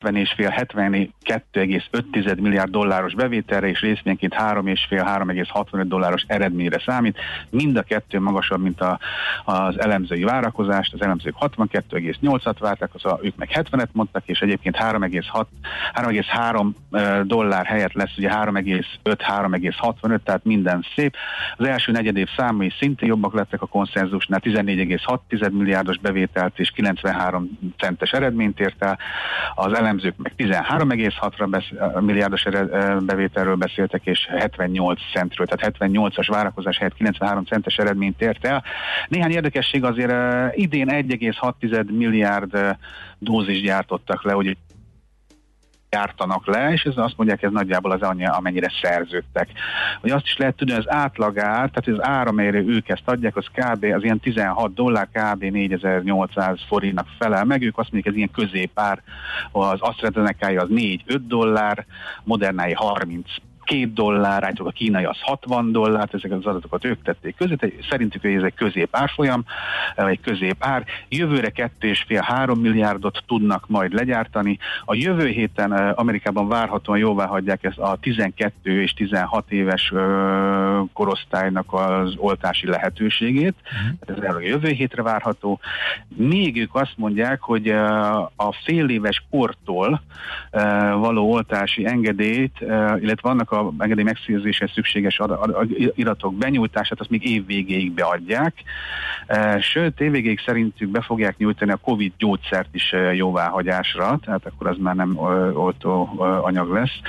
72,5 milliárd dolláros bevételre és részvényként 3,5-3,65 dolláros eredményre számít. Mind a kettő magasabb, mint az elemzői várakozást. Az elemzők 62,8-at várták, ők meg 70-et mondtak, és egyébként 3,3 dollár helyett lesz ugye 3,5-3,65, tehát minden szép. Az első negyedév számai szintén jobbak lettek a konszenzusnál, 14,6 milliárdos bevételt és 93 centes eredményt ért el. Az elemzők meg 13,6 milliárdos bevételről beszéltek, és 78 centről, tehát 78-as várakozás helyett 93 centes eredményt ért el. Néhány érdekesség azért idén 1,6 milliárd dózis gyártottak le, hogy gyártanak le, és azt mondják, ez nagyjából az annyi, amennyire szerződtek. Hogy azt is lehet tudni, az átlagár, tehát az ár, amelyre ők ezt adják, az kb. Az ilyen 16 dollár, kb. 4800 forintnak felel meg, ők azt mondják, ez ilyen középár, az AstraZeneca-ja az 4-5 dollár, Modernái 32 dollár, állítólag a kínai az 60 dollár, ezeket az adatokat ők tették közé, szerintük ez egy középárfolyam, vagy középár. Jövőre 2,5-3 milliárdot tudnak majd legyártani. A jövő héten Amerikában várhatóan jóvá hagyják ezt a 12 és 16 éves korosztálynak az oltási lehetőségét. Ez a jövő hétre várható. Még ők azt mondják, hogy a fél éves kortól való oltási engedélyt, illetve vannak a engedély megszerzéshez szükséges iratok benyújtását, azt még év végéig beadják. Sőt, év végéig szerintük be fogják nyújtani a Covid gyógyszert is jóváhagyásra, tehát akkor az már nem oltó anyag lesz.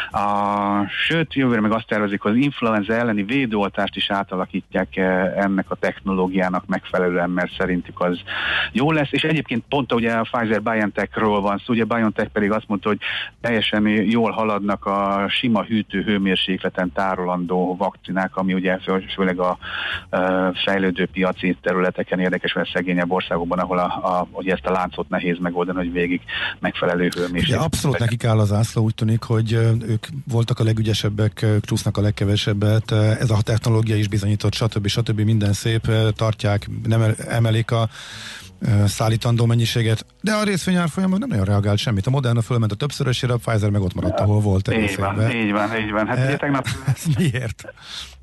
Sőt, jövőre meg azt tervezik, hogy az influenza elleni védőoltást is átalakítják ennek a technológiának megfelelően, mert szerintük az jó lesz, és egyébként pont ugye a Pfizer-BioNTech-ről van szó, ugye BioNTech pedig azt mondta, hogy teljesen jól haladnak a sima hőmérsékleten tárolandó vakcinák, ami ugye főleg a fejlődő piaci területeken érdekes, mert szegényebb országokban, ahol ugye ezt a láncot nehéz megoldani, hogy végig megfelelő hőmérséklet. Abszolút nekik áll az ászló, úgy tűnik, hogy ők voltak a legügyesebbek, csúsznak a legkevesebbet, ez a technológia is bizonyított, stb. Minden szép, tartják, nem emelik a szállítandó mennyiséget, de a részvényárfolyamon nem nagyon reagált semmit. A Moderna fölment a többszörösére, a Pfizer meg ott maradt, ahol volt. Így van. Hát ugye tegnap... Miért?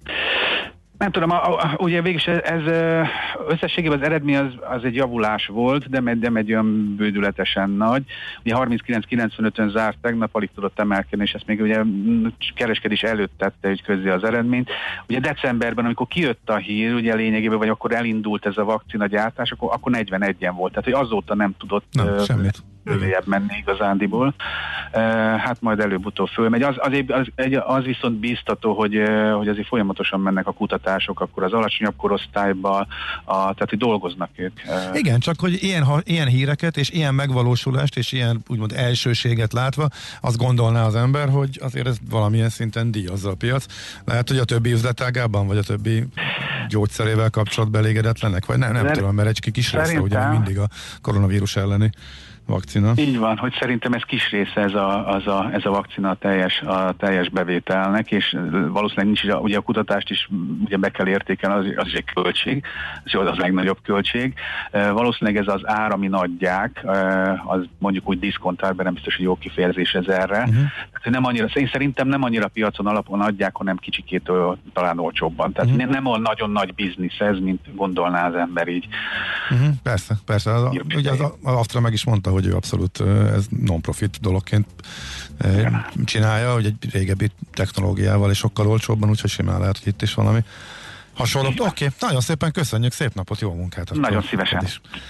Nem tudom, ugye végülis ez összességében az eredmény az egy javulás volt, de nem egy olyan bődületesen nagy. Ugye 39,95-ön zárt tegnap, alig tudott emelkedni, és ezt még ugye kereskedés előtt tette egy közzé az eredményt. Ugye decemberben, amikor kijött a hír, ugye lényegében, vagy akkor elindult ez a vakcina gyártás, akkor 41-en volt. Tehát, hogy azóta nem tudott semmit följebb menni igazándiból. Hát majd előbb-utóbb fölmegy. Az viszont bíztató, hogy azért folyamatosan mennek a kutatások, akkor az alacsonyabb korosztályban, tehát hogy dolgoznak ők. Igen, csak hogy ilyen híreket és ilyen megvalósulást és ilyen úgymond elsőséget látva, azt gondolná az ember, hogy azért ez valamilyen szinten díjazza a piac. Lehet, hogy a többi üzletágában, vagy a többi gyógyszerével kapcsolatban elégedetlenek, vagy nem tudom, mert egy kis része ugye mindig a koronavírus elleni vakcina. Így van, hogy szerintem ez kis része ez a vakcina a teljes bevételnek, és valószínűleg nincs, ugye a kutatást is ugye be kell értékelni, az is egy költség, az legnagyobb költség. Valószínűleg ez az ár, ami adják, az mondjuk úgy diszkontálban, nem biztos, hogy jó kifejezés ez erre. Nem annyira, én szerintem nem annyira piacon alapon adják, hanem kicsikét talán olcsóbban. Tehát nem olyan nagyon nagy biznisz ez, mint gondolná az ember így. Persze. Ugye az Astra meg is mondta, hogy ő abszolút ez non-profit dologként csinálja, hogy egy régebbi technológiával és sokkal olcsóbban, úgyhogy simán lehet, hogy itt is valami hasonló. Oké, nagyon szépen köszönjük, szép napot, jó munkát. Nagyon szívesen.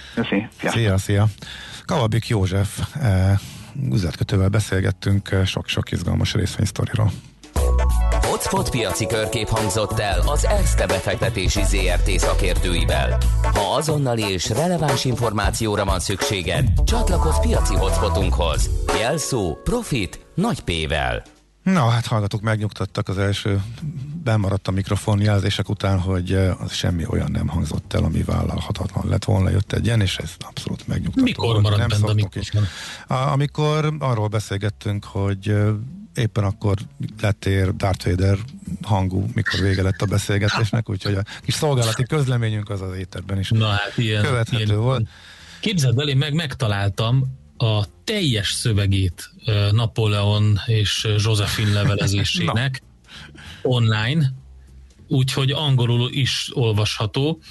Szia. Kalabik József üzletkötővel beszélgettünk sok izgalmas részvénysztoriról. Hotspot piaci körkép hangzott el az Erste befektetési ZRT szakértőivel. Ha azonnali és releváns információra van szükséged, csatlakozz piaci hotspotunkhoz. Jelszó Profit nagy P-vel. Na, hát hallgatók megnyugtattak az első bemaradt a mikrofon jelzések után, hogy az semmi olyan nem hangzott el, ami vállalhatatlan lett volna, jött egy ilyen, és ez abszolút megnyugtató. Mikor maradt benne a mikrofon? Amikor arról beszélgettünk, hogy éppen akkor lettél Darth Vader hangú, mikor vége lett a beszélgetésnek, úgyhogy a kis szolgálati közleményünk az éterben is követhető volt. Képzeld el, én megtaláltam a teljes szövegét Napóleon és Joséphine levelezésének online, úgyhogy angolul is olvasható.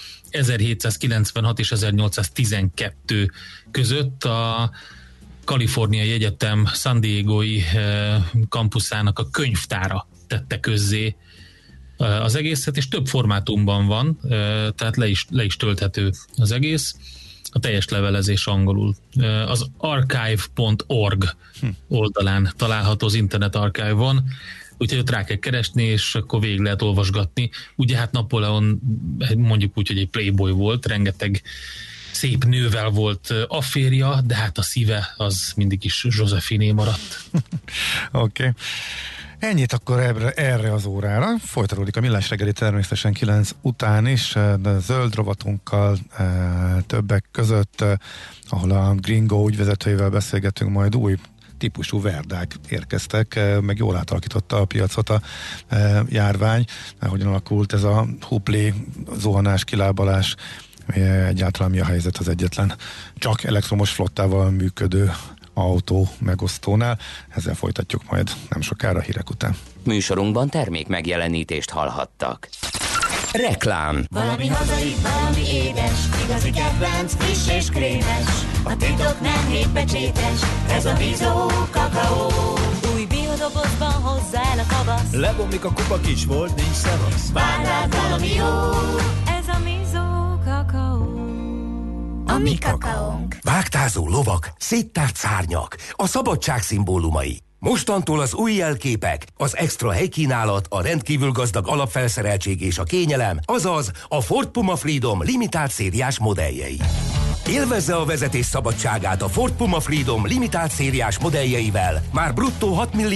1796 és 1812 között a Kaliforniai Egyetem San Diego-i kampuszának a könyvtára tette közzé az egészet, és több formátumban van, tehát le is tölthető az egész. A teljes levelezés angolul. Az archive.org oldalán található, az Internet Archive-on, úgyhogy ott rá kell keresni, és akkor végig lehet olvasgatni. Ugye hát Napóleon mondjuk úgy, hogy egy playboy volt, rengeteg szép nővel volt afférja, de hát a szíve az mindig is Joséphiné maradt. Oké. Ennyit akkor erre az órára. Folytatódik a Millás reggeli természetesen 9 után is, de zöld rovatunkkal többek között, ahol a Gringo ügyvezetőivel beszélgetünk, majd új típusú verdák érkeztek, meg jól átalakította a piacot a járvány, hogyan alakult ez a hupli, zuhanás, kilábalás, egyáltalán mi a helyzet az egyetlen csak elektromos flottával működő autó megosztónál. Ezzel folytatjuk majd nem sokára hírek után. Műsorunkban termék megjelenítést hallhattak. Reklám. Valami hazai, valami édes, igazi kedvenc, friss és krémes. A titok nem hétpecsétes, ez a Bizó kakaó. Új biodobozban hozza el a kavasz. Lebomlik a kupa, kis volt, nincs szevasz. Vár rád valami jó, ez a Bizó kakaó. A mi kakaónk. Vágtázó lovak, széttárt szárnyak, a szabadság szimbólumai. Mostantól az új jelképek, az extra helykínálat, a rendkívül gazdag alapfelszereltség és a kényelem, azaz a Ford Puma Freedom limitált szériás modelljei. Élvezze a vezetés szabadságát a Ford Puma Freedom limitált szériás modelljeivel, már bruttó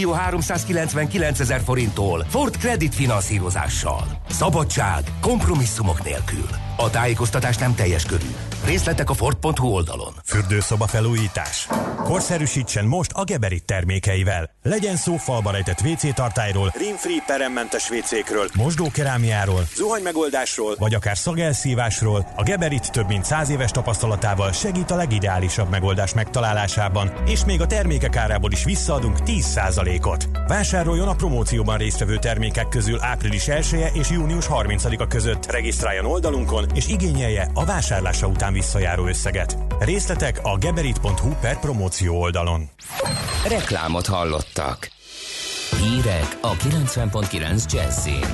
6.399.000 forinttól Ford Credit finanszírozással. Szabadság kompromisszumok nélkül. A tájékoztatás nem teljes körű. Részletek a Ford.hu oldalon. Fürdőszoba felújítás. Korszerűsítsen most a Geberit termékeivel. Legyen szó falba rejtett WC tartályról, rímfree peremmentes WC-kről, mosdókerámiáról, zuhanymegoldásról, vagy akár szagelszívásról, a Geberit több mint 100 éves tapasztalatával segít a legideálisabb megoldás megtalálásában, és még a termékek árából is visszaadunk 10%-ot. Vásároljon a promócióban résztvevő termékek közül április 1-e és június 30-a között. Regisztráljon oldalunkon, és igényelje a vásárlása után visszajáró összeget. Részletek a geberit.hu/promóció oldalon. Reklámot hallottak. Hírek a 90.9 Jazzin.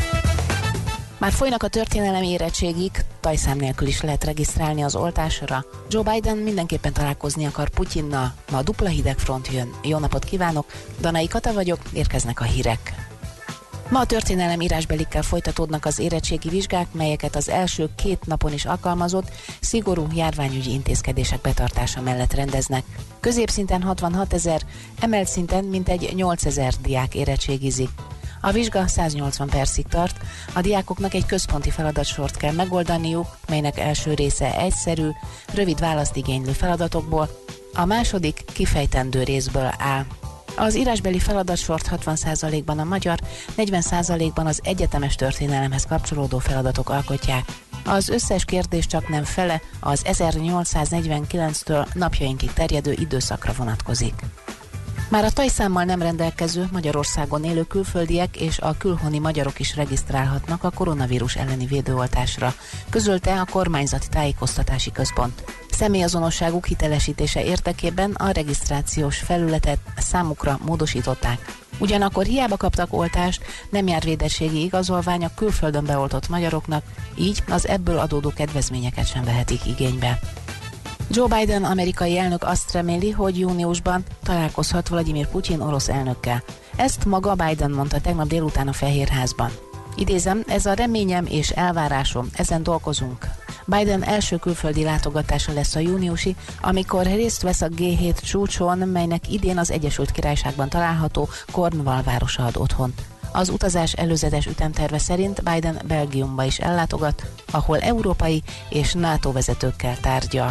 Már folynak a történelem érettségig, tajszám nélkül is lehet regisztrálni az oltásra. Joe Biden mindenképpen találkozni akar Putyinnal. Ma a dupla hidegfront jön. Jó napot kívánok, Danai Kata vagyok, érkeznek a hírek. Ma a történelem írásbelikkel folytatódnak az érettségi vizsgák, melyeket az első 2 napon is alkalmazott, szigorú járványügyi intézkedések betartása mellett rendeznek. Középszinten 66 000, emelt szinten mintegy 8 000 diák érettségizik. A vizsga 180 percig tart, a diákoknak egy központi feladatsort kell megoldaniuk, melynek első része egyszerű, rövid választ igénylő feladatokból, a második kifejtendő részből áll. Az írásbeli feladatsort 60%-ban a magyar, 40%-ban az egyetemes történelemhez kapcsolódó feladatok alkotják. Az összes kérdés csak nem fele az 1849-től napjainkig terjedő időszakra vonatkozik. Már a tajszámmal nem rendelkező Magyarországon élő külföldiek és a külhoni magyarok is regisztrálhatnak a koronavírus elleni védőoltásra, közölte a kormányzati tájékoztatási központ. Személyazonosságuk hitelesítése érdekében a regisztrációs felületet számukra módosították. Ugyanakkor hiába kaptak oltást, nem jár védettségi igazolvány a külföldön beoltott magyaroknak, így az ebből adódó kedvezményeket sem vehetik igénybe. Joe Biden amerikai elnök azt reméli, hogy júniusban találkozhat Vladimir Putyin orosz elnökkel. Ezt maga Biden mondta tegnap délután a Fehérházban. Idézem, ez a reményem és elvárásom, ezen dolgozunk. Biden első külföldi látogatása lesz a júniusi, amikor részt vesz a G7 csúcson, melynek idén az Egyesült Királyságban található Cornwall városa ad otthont. Az utazás előzetes ütemterve szerint Biden Belgiumba is ellátogat, ahol európai és NATO vezetőkkel tárgyal.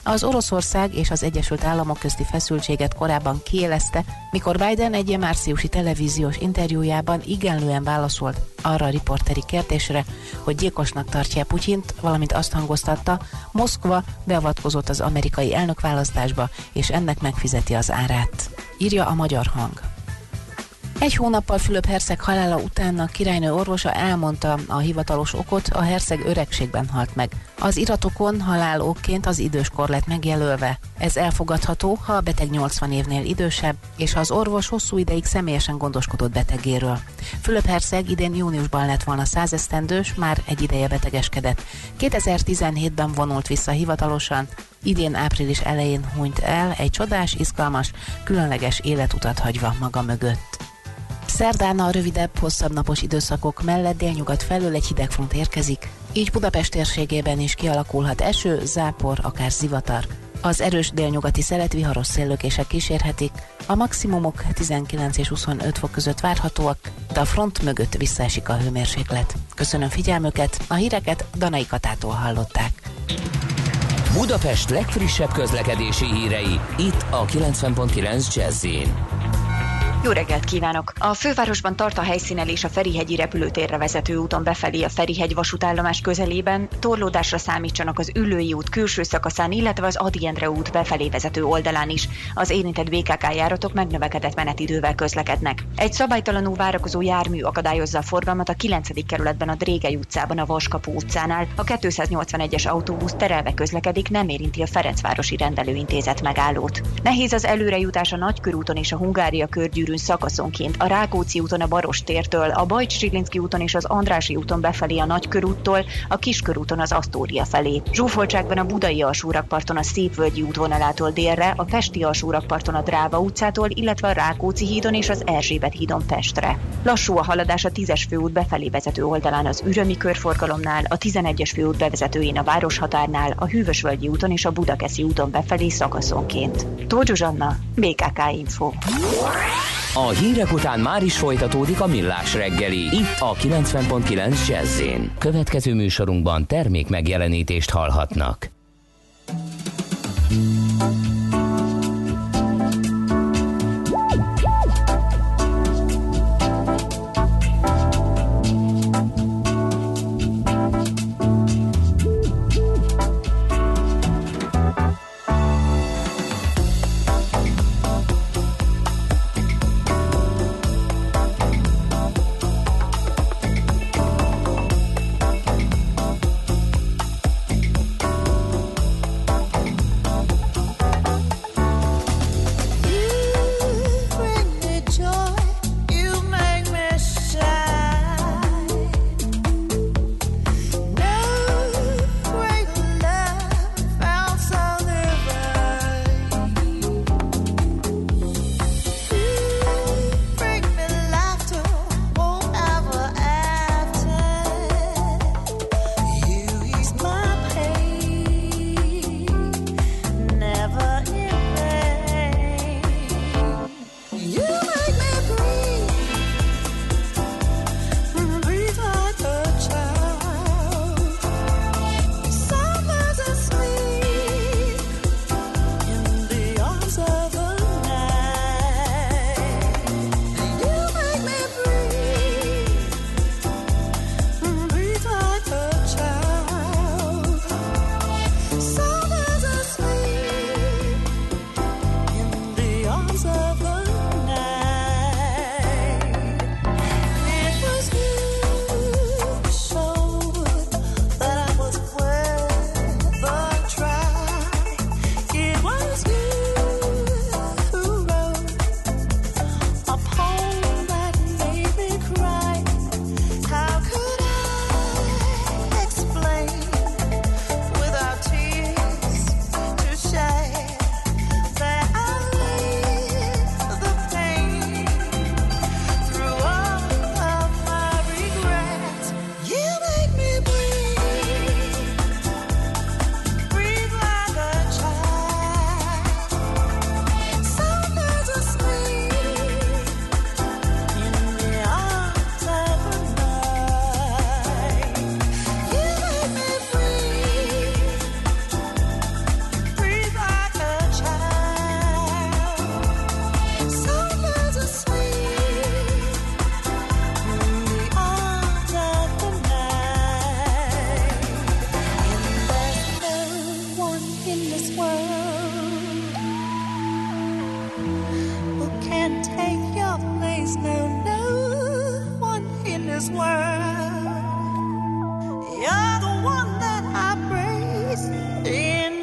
Az Oroszország és az Egyesült Államok közti feszültséget korábban kiélezte, mikor Biden egy márciusi televíziós interjújában igenlően válaszolt arra a riporteri kérdésre, hogy gyilkosnak tartja Putyint, valamint azt hangoztatta, Moszkva beavatkozott az amerikai elnökválasztásba, és ennek megfizeti az árát. Írja a Magyar Hang. Egy hónappal Fülöp herceg halála után a királynő orvosa elmondta a hivatalos okot, a herceg öregségben halt meg. Az iratokon halálokként az időskor lett megjelölve. Ez elfogadható, ha a beteg 80 évnél idősebb, és ha az orvos hosszú ideig személyesen gondoskodott betegéről. Fülöp herceg idén júniusban lett volna 100 esztendős, már egy ideje betegeskedett. 2017-ben vonult vissza hivatalosan, idén április elején hunyt el egy csodás, izgalmas, különleges életutat hagyva maga mögött. Szerdán a rövidebb, hosszabb napos időszakok mellett délnyugat felől egy hidegfront érkezik, így Budapest térségében is kialakulhat eső, zápor, akár zivatar. Az erős délnyugati szelet viharos széllökések kísérhetik, a maximumok 19 és 25 fok között várhatóak, de a front mögött visszaesik a hőmérséklet. Köszönöm figyelmüket, a híreket Danai Katától hallották. Budapest legfrissebb közlekedési hírei, itt a 90.9 Jazz-in. Jó reggelt kívánok! A fővárosban tart a helyszínelés a Ferihegyi repülőtérre vezető úton befelé a Ferihegy vasútállomás közelében, torlódásra számítsanak az Üllői út külső szakaszán, illetve az Ady Endre út befelé vezető oldalán is. Az érintett BKK járatok megnövekedett menetidővel közlekednek. Egy szabálytalanul várakozó jármű akadályozza a forgalmat a 9. kerületben a Drégely utcában a Vaskapu utcánál. A 281-es autóbusz terelve közlekedik, nem érinti a Ferencvárosi Rendelőintézet megállót. Nehéz az előrejutás a Nagykörúton és a Hungária körgyűrűn szakaszonként, a Rákóczi úton a Barostértől, a Bajcs-Silinszky úton és az Andrássy úton befelé a Nagykörúttól, a Kiskörúton az Asztória felé. Zsúfoltságban a Budai alsórakparton a Szépvölgyi útvonalától délre, a Pesti alsórakparton a Dráva utcától, illetve a Rákóczi hídon és az Erzsébet hídon Pestre. Lassú a haladás a 10-es főút befelé vezető oldalán az Ürömi körforgalomnál, a 11-es főút bevezetőjén a Városhatárnál, a Hűvösvölgyi úton és a Budakeszi úton befelé szakaszonként. Tóth Zsuzsanna, BKK Info. A hírek után már is folytatódik a Millás reggeli, itt a 90.9 Jazz-én. Következő műsorunkban termék megjelenítést hallhatnak.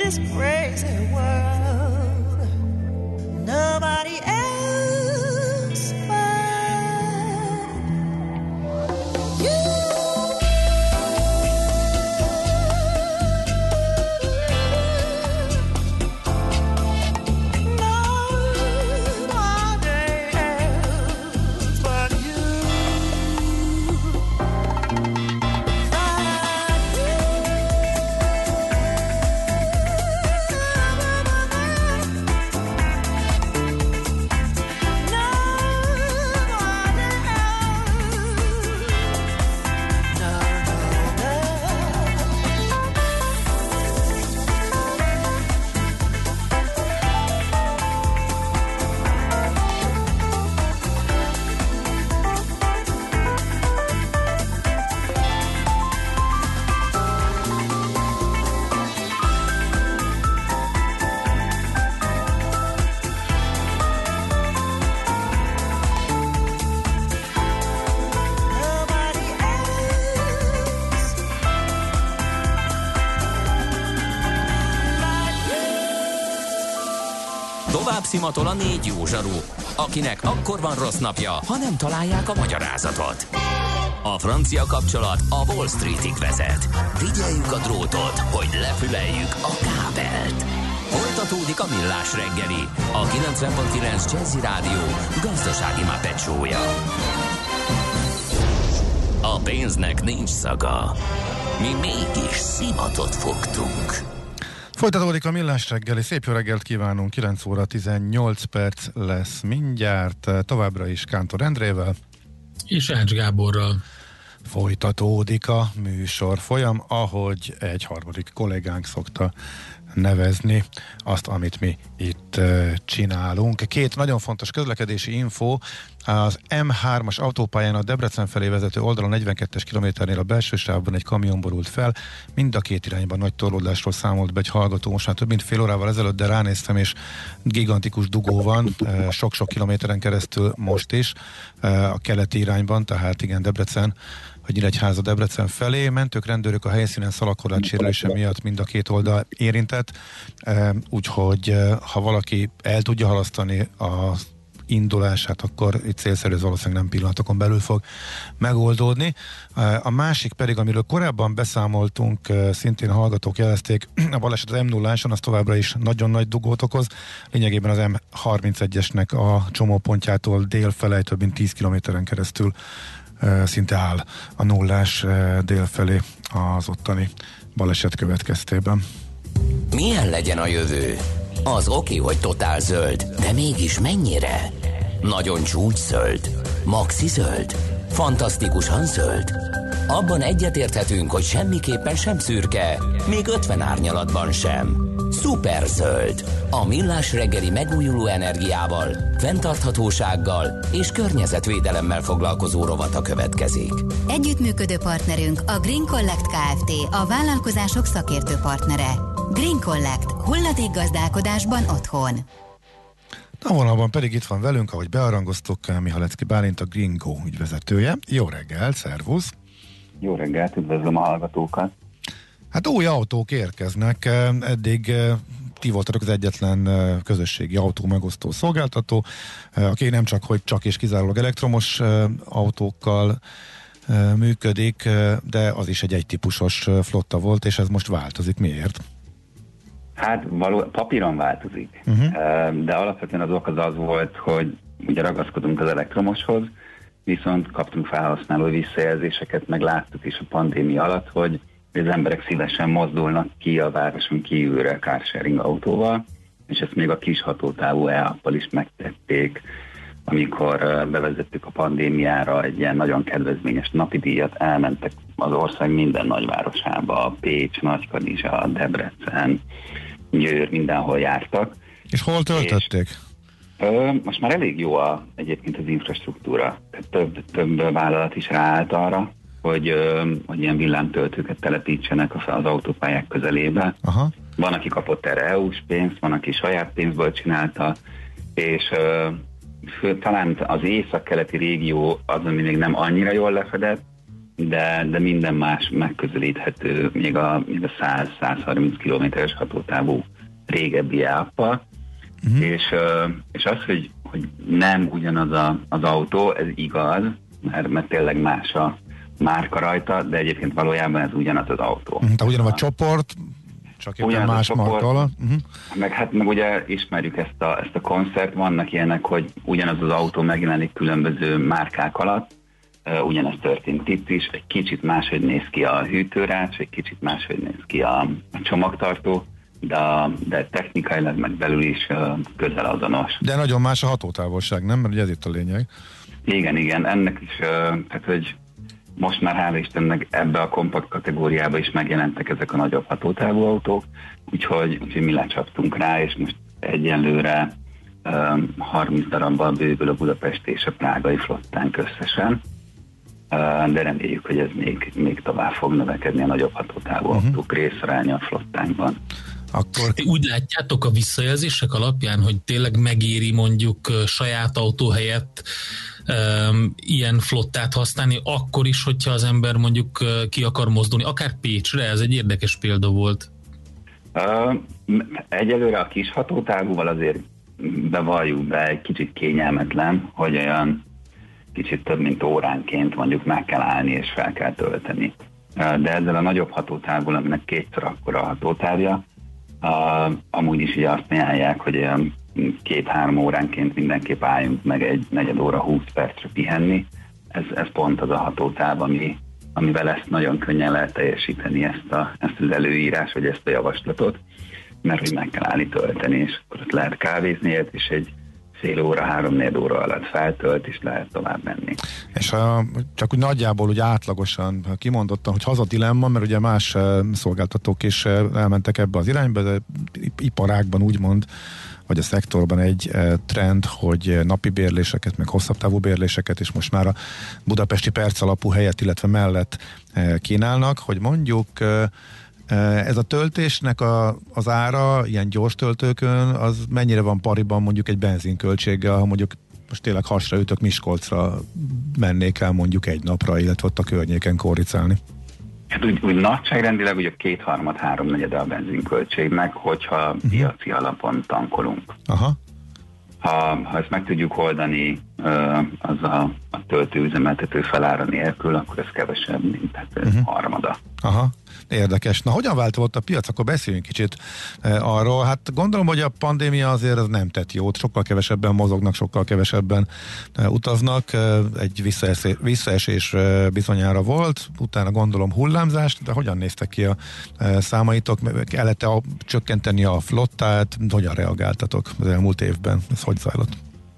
this crazy world. Nobody else but you. Szimatol a 4 jó zsaru, akinek akkor van rossz napja, ha nem találják a magyarázatot. A francia kapcsolat a Wall Streetig vezet. Figyeljük a drótot, hogy lefüleljük a kábelt. Folytatódik a Millás reggeli, a 90.9 Jazzy Rádió gazdasági Muppet show-ja. A pénznek nincs szaga. Mi mégis szimatot fogtunk. Folytatódik a Millás reggeli, szép jó reggelt kívánunk, 9 óra 18 perc lesz mindjárt, továbbra is Kántor Endrével. És Ács Gáborral. Folytatódik a műsor folyam, ahogy egy harmadik kollégánk szokta nevezni azt, amit mi itt csinálunk. Két nagyon fontos közlekedési info. Az M3-as autópályán a Debrecen felé vezető oldalon 42-es kilométernél a belső sávban egy kamion borult fel. Mind a két irányban nagy torlódásról számolt be egy hallgató most már több mint fél órával ezelőtt, de ránéztem, és gigantikus dugó van, sok-sok kilométeren keresztül most is a keleti irányban, tehát igen, Debrecen, vagy Nyíregyháza Debrecen felé. Mentők, rendőrök a helyszínen szalagkorlát sérülése miatt mind a két oldal érintett, úgyhogy ha valaki el tudja halasztani az indulását, akkor itt célszerű, ez valószínűleg nem pillanatokon belül fog megoldódni. A másik pedig, amiről korábban beszámoltunk, szintén a hallgatók jelezték, a baleset az M0-áson, az továbbra is nagyon nagy dugót okoz. Lényegében az M31-esnek a csomópontjától délfelé több mint 10 kilométeren keresztül szinte áll a nullás délfelé az ottani baleset következtében. Milyen legyen a jövő? Az oké, hogy totál zöld, de mégis mennyire? Nagyon csúcszöld? Maxi zöld? Fantasztikusan zöld? Abban egyetérthetünk, hogy semmiképpen sem szürke, még 50 árnyalatban sem. Szuperzöld. A Millás reggeli megújuló energiával, fenntarthatósággal és környezetvédelemmel foglalkozó rovata következik. Együttműködő partnerünk a Green Collect Kft., a vállalkozások szakértő partnere. Green Collect. Hulladékgazdálkodásban otthon. A vonalban pedig itt van velünk, ahogy bearangoztuk, Mihalecki Bálint, a Green Go ügyvezetője. Jó reggel, szervusz! Jó reggelt, üdvözlöm a hallgatókat! Hát új autók érkeznek, eddig ti voltatok az egyetlen közösségi autómegosztó szolgáltató, aki nem csak, hogy csak és kizárólag elektromos autókkal működik, de az is egy egytípusos flotta volt, és ez most változik. Miért? Hát papíron változik, de alapvetően az ok az volt, hogy ugye ragaszkodunk az elektromoshoz, viszont kaptunk felhasználó visszajelzéseket, meg láttuk is a pandémia alatt, hogy az emberek szívesen mozdulnak ki a városon kívülre carsharing autóval, és ezt még a kis hatótávú e-appal is megtették, amikor bevezettük a pandémiára egy ilyen nagyon kedvezményes napidíjat, elmentek az ország minden nagyvárosába, Pécs, Nagykanizsa, Debrecen, Győr, mindenhol jártak. És hol töltötték? Most már elég jó egyébként az infrastruktúra. Több vállalat is ráállt arra, hogy ilyen villámtöltőket telepítsenek az autópályák közelébe. Aha. Van, aki kapott erre EU-s pénzt, van, aki saját pénzből csinálta, és talán az észak-keleti régió az, ami még nem annyira jól lefedett, de minden más megközelíthető, még a 100-130 kilométeres hatótávú régebbi E-appal, és az, hogy nem ugyanaz az autó, ez igaz, mert tényleg más a márka rajta, de egyébként valójában ez ugyanaz az autó. Tehát ugyanaz a csoport, csak éppen más marka alatt. Meg ugye ismerjük ezt a koncept, vannak ilyenek, hogy ugyanaz az autó megjelenik különböző márkák alatt, ugyanez történt itt is, egy kicsit máshogy néz ki a hűtőrács, egy kicsit máshogy néz ki a csomagtartó, de technikailag meg belül is közel azonos. De nagyon más a hatótávolság, nem? Mert ugye ez itt a lényeg. Igen, ennek is, tehát hogy most már hála Istennek ebbe a kompakt kategóriába is megjelentek ezek a nagyobb hatótávú autók, úgyhogy mi lecsaptunk rá, és most egyenlőre 30 darabban bővül a budapesti és a prágai flottánk összesen, de reméljük, hogy ez még tovább fog növekedni a nagyobb hatótávú autók részaránya a flottánkban. Akkor úgy látjátok a visszajelzések alapján, hogy tényleg megéri mondjuk saját autó helyett ilyen flottát használni, akkor is, hogyha az ember mondjuk ki akar mozdulni, akár Pécsre, ez egy érdekes példa volt. Egyelőre a kis hatótávúval azért bevalljuk be, egy kicsit kényelmetlen, hogy olyan kicsit több mint óránként mondjuk meg kell állni és fel kell tölteni. De ezzel a nagyobb hatótávúval, aminek kétszer akkora a hatótávja, amúgy is ugye azt ajánlják, hogy olyan 2-3 óránként mindenképp álljunk meg egy negyed óra 20 percre pihenni. Ez pont az a hatótáv, amivel ezt nagyon könnyen lehet teljesíteni, ezt az előírás, vagy ezt a javaslatot, mert hogy meg kell állni tölteni, és akkor ott lehet kávézni, és egy fél óra, 3-4 óra alatt feltölt, és lehet tovább menni. És csak úgy nagyjából úgy átlagosan kimondottan, hogy hazadilemma, mert ugye más szolgáltatók is elmentek ebbe az irányba, de iparágban úgymond, vagy a szektorban egy trend, hogy napi bérléseket, meg hosszabb távú bérléseket, és most már a budapesti perc alapú helyet, illetve mellett kínálnak, hogy mondjuk ez a töltésnek az ára, ilyen gyors töltőkön, az mennyire van pariban mondjuk egy benzinköltséggel, ha mondjuk most tényleg hasra ütök, Miskolcra mennék el mondjuk egy napra, illetve ott a környéken korricálni? Hát úgy nagyságrendileg ugye 2/3-3/4 a benzinköltségnek, hogyha piaci alapon tankolunk. Aha. Ha ezt meg tudjuk oldani az a töltőüzemeltető felára nélkül, akkor ez kevesebb, mint harmada. Aha. Érdekes. Na, hogyan változott a piac? Akkor beszéljünk kicsit arról. Hát gondolom, hogy a pandémia azért az nem tett jót. Sokkal kevesebben mozognak, sokkal kevesebben utaznak. Egy visszaesés bizonyára volt. Utána gondolom hullámzást, de hogyan néztek ki a számaitok? Kellett-e csökkenteni a flottát? Hogyan reagáltatok az elmúlt évben? Ez hogy zajlott?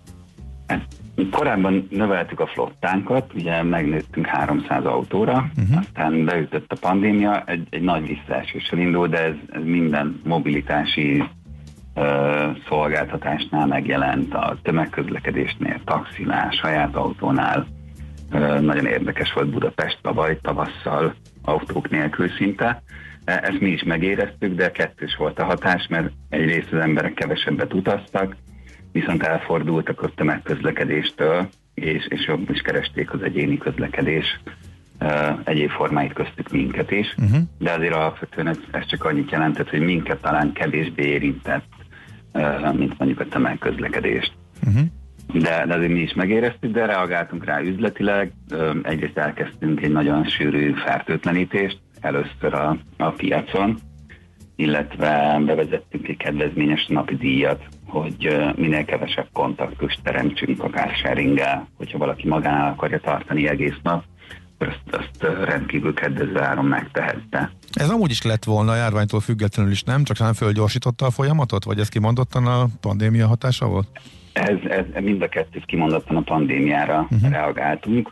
Korábban növeltük a flottánkat, ugye megnőttünk 300 autóra, aztán beütött a pandémia, egy nagy visszaeséssel indul, de ez minden mobilitási szolgáltatásnál megjelent, a tömegközlekedésnél, taxinál, saját autónál. Nagyon érdekes volt Budapest tavaly, tavasszal autók nélkül szinte. Ezt mi is megéreztük, de kettős volt a hatás, mert egyrészt az emberek kevesebbet utaztak, viszont elfordultak a tömegközlekedéstől, és jobb is keresték az egyéni közlekedés egyéb formáit, köztük minket is, de azért alapvetően ez csak annyit jelentett, hogy minket talán kevésbé érintett, mint mondjuk a tömegközlekedést. De azért mi is megéreztük, de reagáltunk rá üzletileg. Egyrészt elkezdtünk egy nagyon sűrű fertőtlenítést, először a piacon, illetve bevezettünk egy kedvezményes napi díjat, hogy minél kevesebb kontaktust teremtsünk a carsharinggel, hogyha valaki magánál akarja tartani egész nap, akkor azt rendkívül kedvező áron megtehette. Ez amúgy is lett volna a járványtól függetlenül is, nem? Csak nem fölgyorsította a folyamatot? Vagy ez kimondottan a pandémia hatása volt? Ez mind a kettőt kimondottan a pandémiára reagáltunk,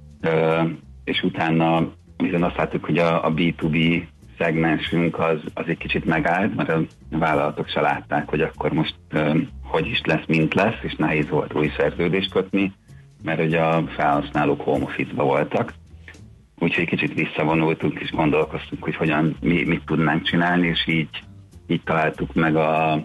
és utána viszont azt láttuk, hogy a B2B szegmensünk az egy kicsit megállt, mert a vállalatok se látták, hogy akkor most hogy is lesz, mint lesz, és nehéz volt új szerződést kötni, mert ugye a felhasználók home office-ba voltak. Úgyhogy kicsit visszavonultunk, és gondolkoztunk, hogy hogyan, mit tudnánk csinálni, és így találtuk meg a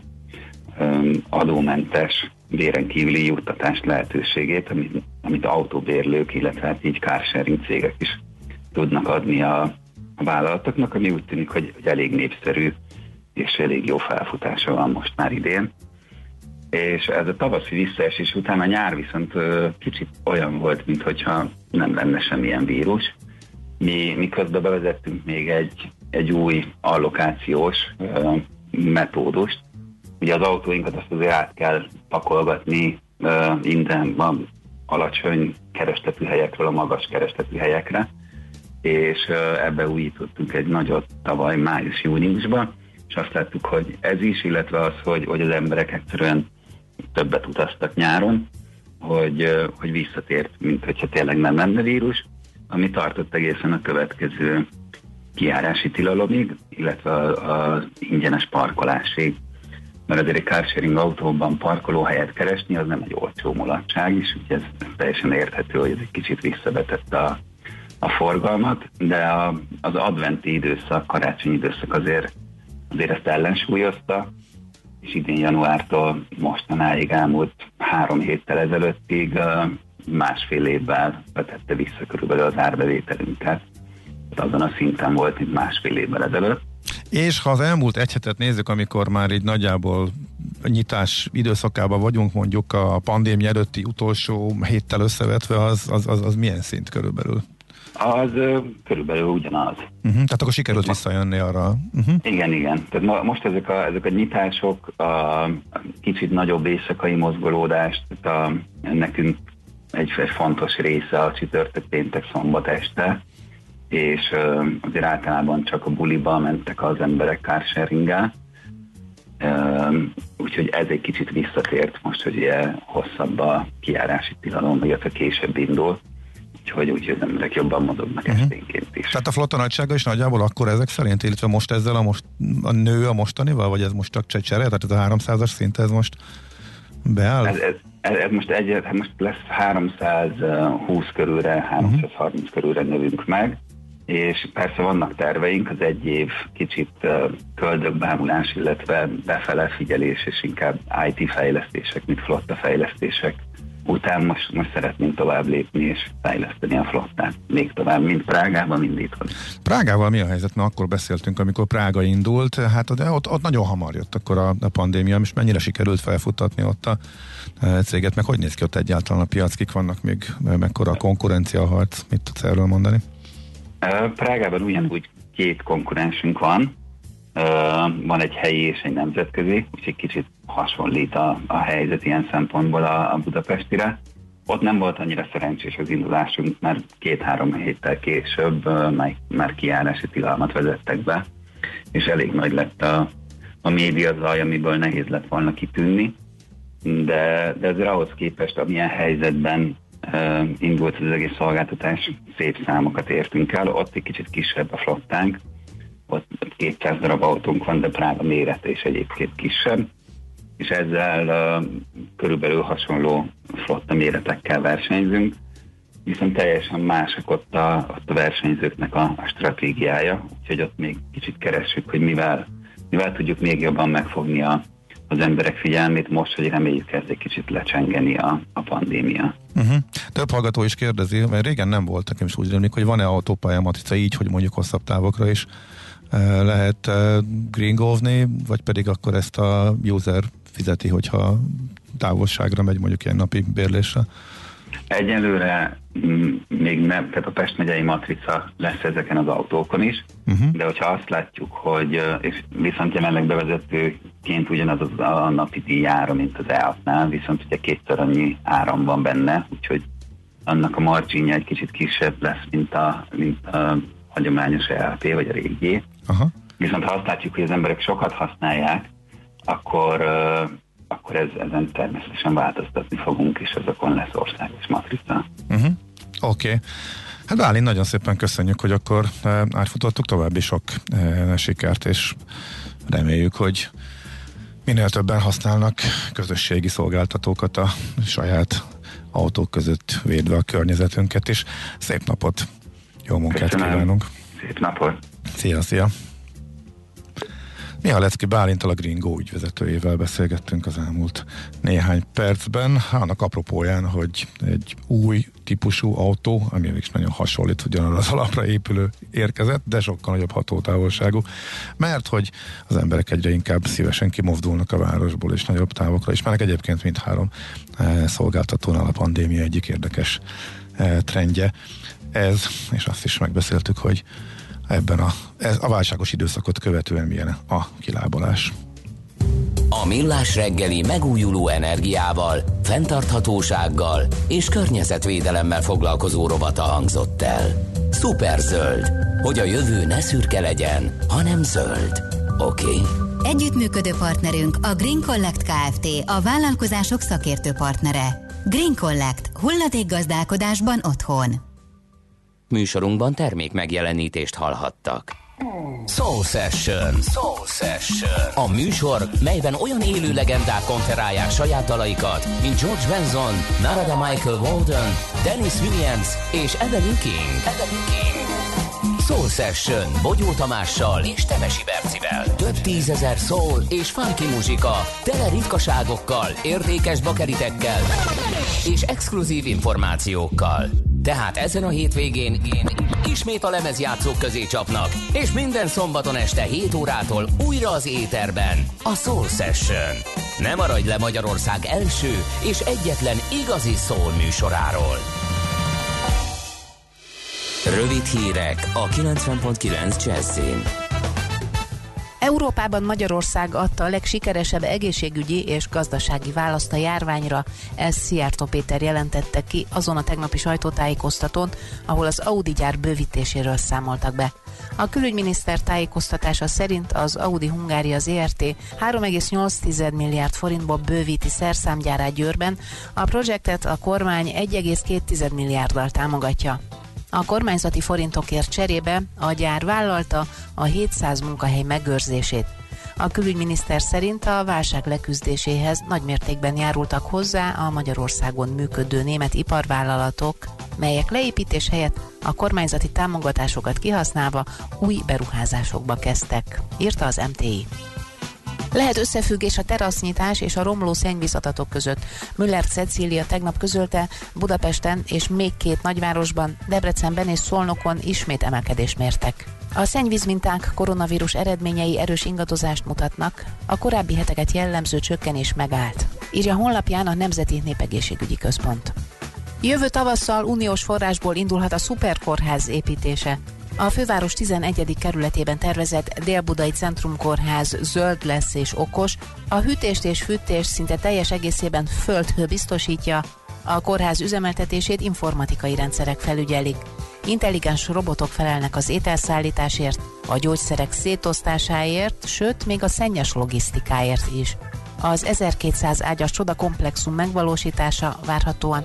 adómentes béren kívüli juttatás lehetőségét, amit autóbérlők, illetve így carsharing cégek is tudnak adni a vállalatoknak, ami úgy tűnik, hogy elég népszerű és elég jó felfutása van most már idén. És ez a tavaszi visszaesés után a nyár viszont kicsit olyan volt, mintha nem lenne semmilyen vírus. Mi közben bevezettünk még egy új allokációs metódust. Ugye az autóinkat azt azért át kell pakolgatni innen a alacsony keresletű helyekről a magas keresletű helyekre, és ebbe újítottunk egy nagyot tavaly május-júniusban, és azt láttuk, hogy ez is, illetve az, hogy az emberek egyszerűen többet utaztak nyáron, hogy visszatért, mint hogyha tényleg nem lenne vírus, ami tartott egészen a következő kijárási tilalomig, illetve az ingyenes parkolásig. Mert azért egy carsharing autóban parkolóhelyet keresni, az nem egy olcsó mulatság is, úgyhogy ez teljesen érthető, hogy ez egy kicsit visszavetette a forgalmat, de az adventi időszak, karácsonyi időszak azért ezt ellensúlyozta, és idén januártól mostanáig elmúlt 3 héttel ezelőttig másfél évvel vetette vissza körülbelül az árbevételünket. Azon a szinten volt, mint másfél évvel ezelőtt. És ha az elmúlt egy hetet nézzük, amikor már így nagyjából nyitás időszakában vagyunk, mondjuk a pandémia előtti utolsó héttel összevetve, az milyen szint körülbelül? Az körülbelül ugyanaz. Tehát akkor sikerült visszajönni arra. Igen. Tehát most ezek a nyitások, a kicsit nagyobb éjszakai mozgolódást, nekünk egy fontos része a csütörtök, péntek, szombat este, és azért általában csak a buliba mentek az emberek carsharinggel. Úgyhogy ez egy kicsit visszatért most, hogy ilyen hosszabb a kijárási tilalom, illetve később indul. Úgyhogy az emberek jobban mozognak esténként is. Tehát a flotta nagysága is nagyjából akkor ezek szerint, illetve most ezzel a nő a mostanival, vagy ez most csak csere? Tehát ez a 300-as szint, ez most beáll? Ez most lesz 320 körülre, 330 körülre növünk meg, és persze vannak terveink, az egy év kicsit köldökbámulás, illetve befele figyelés, és inkább IT fejlesztések, mint flotta fejlesztések után most szeretnénk tovább lépni és fejleszteni a flottát még tovább, mind Prágában, mind itthon. Prágával mi a helyzet? Mert akkor beszéltünk, amikor Prága indult, hát ott nagyon hamar jött akkor a pandémia, és mennyire sikerült felfuttatni ott a céget, meg hogy néz ki ott egyáltalán a piac, kik vannak még, mekkora a konkurencia harc, mit tudsz erről mondani? Prágában ugyanúgy 2 konkurensünk van, van egy helyi és egy nemzetközi, úgyhogy kicsit hasonlít a helyzet ilyen szempontból a budapestire. Ott nem volt annyira szerencsés az indulásunk, mert 2-3 héttel később már kijárási tilalmat vezettek be, és elég nagy lett a média zaj, amiből nehéz lett volna kitűnni, de ezért ahhoz képest, amilyen helyzetben indult az egész szolgáltatás, szép számokat értünk el, ott egy kicsit kisebb a flottánk, ott 200 darab autónk van, de Prága mérete is egyébként kisebb, és ezzel körülbelül hasonló flotta méretekkel versenyzünk, viszont teljesen mások ott a versenyzőknek a stratégiája, úgyhogy ott még kicsit keressük, hogy mivel tudjuk még jobban megfogni az emberek figyelmét most, hogy reméljük ezt egy kicsit lecsengeni a pandémia. Több hallgató is kérdezi, mert régen nem volt, nekem is úgy rémlik, hogy van-e autópálya matrica így, hogy mondjuk hosszabb távokra is lehet green-govni, vagy pedig akkor ezt a user fizeti, hogyha távolságra megy mondjuk ilyen napi bérlésre? Egyelőre még nem, tehát a Pest megyei matrica lesz ezeken az autókon is, de hogyha azt látjuk, hogy és viszont jelenleg bevezetőként ugyanaz a napi díj ára, mint az E6-nál, viszont ugye 2-szer annyi áram van benne, úgyhogy annak a marginja egy kicsit kisebb lesz, mint a hagyományos ELP, vagy a régi. Viszont ha azt látjuk, hogy az emberek sokat használják, akkor ezen természetesen változtatni fogunk, és azokon lesz országos matrica. Oké. Hát Bálint, nagyon szépen köszönjük, hogy akkor átfutottuk, további sok sikert, és reméljük, hogy minél többen használnak közösségi szolgáltatókat a saját autók között védve a környezetünket, és szép napot, jó munkát kívánunk! Szép napot! Szia! Mihalecki Bálinttal, a Green Go ügyvezetőjével beszélgettünk az elmúlt néhány percben. Annak apropóján, hogy egy új típusú autó, ami is nagyon hasonlít ugyanarra az alapra épülő érkezett, de sokkal nagyobb hatótávolságú, mert hogy az emberek egyre inkább szívesen kimozdulnak a városból, és nagyobb távokra is mennek. Egyébként mindhárom szolgáltatónál a pandémia egyik érdekes trendje ez, és azt is megbeszéltük, hogy ebben a válságos időszakot követően milyen a kilábalás. A Millás reggeli megújuló energiával, fenntarthatósággal és környezetvédelemmel foglalkozó rovata hangzott el. Szuperzöld, hogy a jövő ne szürke legyen, hanem zöld. Oké? Együttműködő partnerünk a Green Collect Kft. A vállalkozások szakértő partnere. Green Collect. Hulladékgazdálkodásban otthon. Műsorunkban termék megjelenítést hallhattak. Soul Session. Soul Session. A műsor, melyben olyan élő legendák konferálják saját dalaikat, mint George Benson, Narada Michael Walden, Dennis Williams és Evelyn King. Soul Session Bogyó Tamással és Temesi Bercivel. Több tízezer soul és funky muzsika, tele ritkaságokkal, érdekes bakeritekkel és exkluzív információkkal. Tehát ezen a hétvégén ismét a lemezjátszók közé csapnak, és minden szombaton este 7 órától újra az éterben a Soul Session. Ne maradj le Magyarország első és egyetlen igazi soul műsoráról. Rövid hírek a 90.9 Jazzin. Európában Magyarország adta a legsikeresebb egészségügyi és gazdasági választ a járványra, ezt Szijjártó Péter jelentette ki azon a tegnapi sajtótájékoztatón, ahol az Audi gyár bővítéséről számoltak be. A külügyminiszter tájékoztatása szerint az Audi Hungária Zrt. 3,8 milliárd forintból bővíti szerszámgyárát Győrben, a projektet a kormány 1,2 milliárddal támogatja. A kormányzati forintokért cserébe a gyár vállalta a 700 munkahely megőrzését. A külügyminiszter szerint a válság leküzdéséhez nagymértékben járultak hozzá a Magyarországon működő német iparvállalatok, melyek leépítés helyett a kormányzati támogatásokat kihasználva új beruházásokba kezdtek, írta az MTI. Lehet összefüggés a terasznyitás és a romló szennyvízadatok között. Müller Cecília tegnap közölte, Budapesten és még 2 nagyvárosban, Debrecenben és Szolnokon ismét emelkedést mértek. A szennyvízminták koronavírus eredményei erős ingadozást mutatnak, a korábbi heteket jellemző csökkenés megállt, írja honlapján a Nemzeti Népegészségügyi Központ. Jövő tavasszal uniós forrásból indulhat a szuperkórház építése. A főváros 11. kerületében tervezett Dél-Budai Centrumkórház zöld lesz és okos, a hűtést és fűtést szinte teljes egészében földhő biztosítja, a kórház üzemeltetését informatikai rendszerek felügyelik. Intelligens robotok felelnek az ételszállításért, a gyógyszerek szétosztásáért, sőt, még a szennyes logisztikáért is. Az 1200 ágyas csodakomplexum megvalósítása várhatóan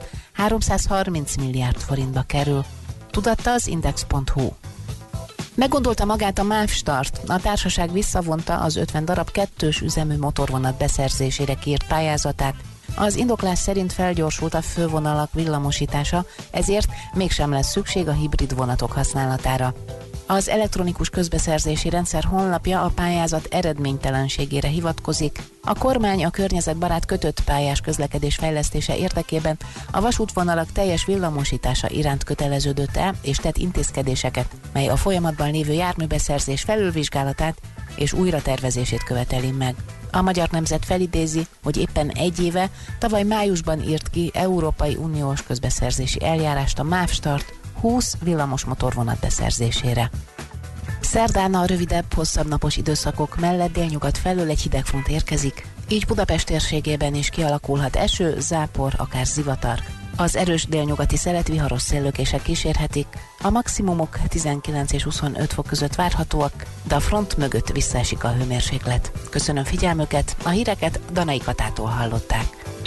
330 milliárd forintba kerül. Tudatta az Index.hu. Meggondolta magát a MÁV Start. A társaság visszavonta az 50 darab kettős üzemű motorvonat beszerzésére kiírt pályázatát. Az indoklás szerint felgyorsult a fővonalak villamosítása, ezért mégsem lesz szükség a hibrid vonatok használatára. Az elektronikus közbeszerzési rendszer honlapja a pályázat eredménytelenségére hivatkozik. A kormány a környezetbarát kötött pályás közlekedés fejlesztése érdekében a vasútvonalak teljes villamosítása iránt köteleződött el és tett intézkedéseket, mely a folyamatban lévő járműbeszerzés felülvizsgálatát és újratervezését követeli meg. A Magyar Nemzet felidézi, hogy éppen egy éve, tavaly májusban írt ki Európai Uniós közbeszerzési eljárást a MÁV Start 20 villamos motorvonat beszerzésére. Szerdán a rövidebb, hosszabb napos időszakok mellett délnyugat felől egy hidegfront érkezik, így Budapest térségében is kialakulhat eső, zápor, akár zivatar. Az erős délnyugati szelet viharos széllökések kísérhetik, a maximumok 19 és 25 fok között várhatóak, de a front mögött visszaesik a hőmérséklet. Köszönöm figyelmüket, a híreket Danai Katától hallották.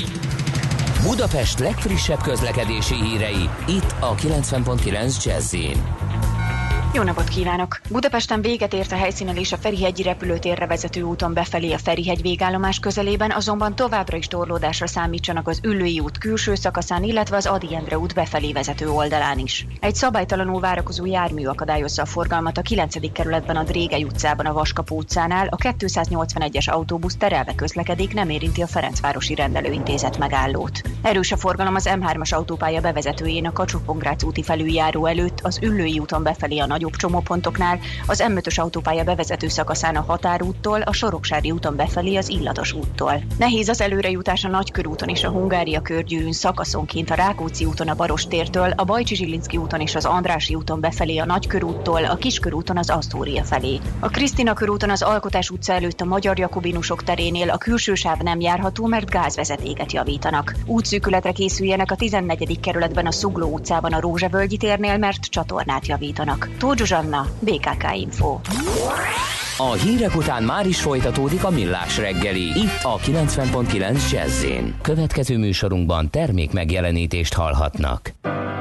Budapest legfrissebb közlekedési hírei, itt a 90.9 Jazz-in. Jó napot kívánok! Budapesten véget ért a helyszínelés a Ferihegyi repülőtérre vezető úton befelé a Ferihegy végállomás közelében, azonban továbbra is torlódásra számítsanak az Üllői út külső szakaszán, illetve az Ady Endre út befelé vezető oldalán is. Egy szabálytalanul várakozó jármű akadályozza a forgalmat a 9. kerületben a Drégely utcában a Vaskapó utcánál, a 281-es autóbusz terelve közlekedik, nem érinti a Ferencvárosi Rendelőintézet megállót. Erős a forgalom az M3-as autópálya bevezetőjén a Kacsó-Pongrác úti felüljáró előtt, az Üllői úton befelé a nagyobb csomópontoknál, az M5-ös autópálya bevezető szakaszán a Határúttól, a Soroksári úton befelé az Illatos úttól. Nehéz az előrejutás a Nagykörúton és a Hungária körgyűrűn szakaszonként a Rákóczi úton a Barostértől, a Bajcsi-Zsilinszky úton és az Andrássy úton befelé a Nagykörúttól, a Kiskörúton az Asztória felé. A Krisztina körúton az Alkotás utca előtt a Magyar Jakobinusok terénél a külső sáv nem járható, mert gázvezetéket javítanak. Útszűkületre készüljenek a 14. kerületben a Szugló utcában a Rózsavölgyi térnél, mert csatornát javítanak. Tóth Zsuzsanna, BKK Info. A hírek után már is folytatódik a Millás reggeli, itt a 90.9 Jazz-én. Következő műsorunkban termék megjelenítést hallhatnak.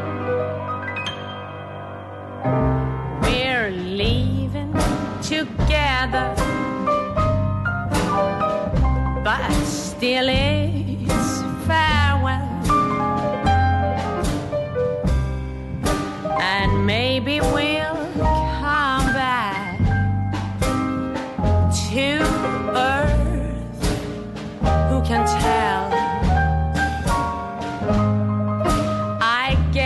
We're leaving together, but still it's farewell. And maybe we'll come back to earth. Who can tell? I guess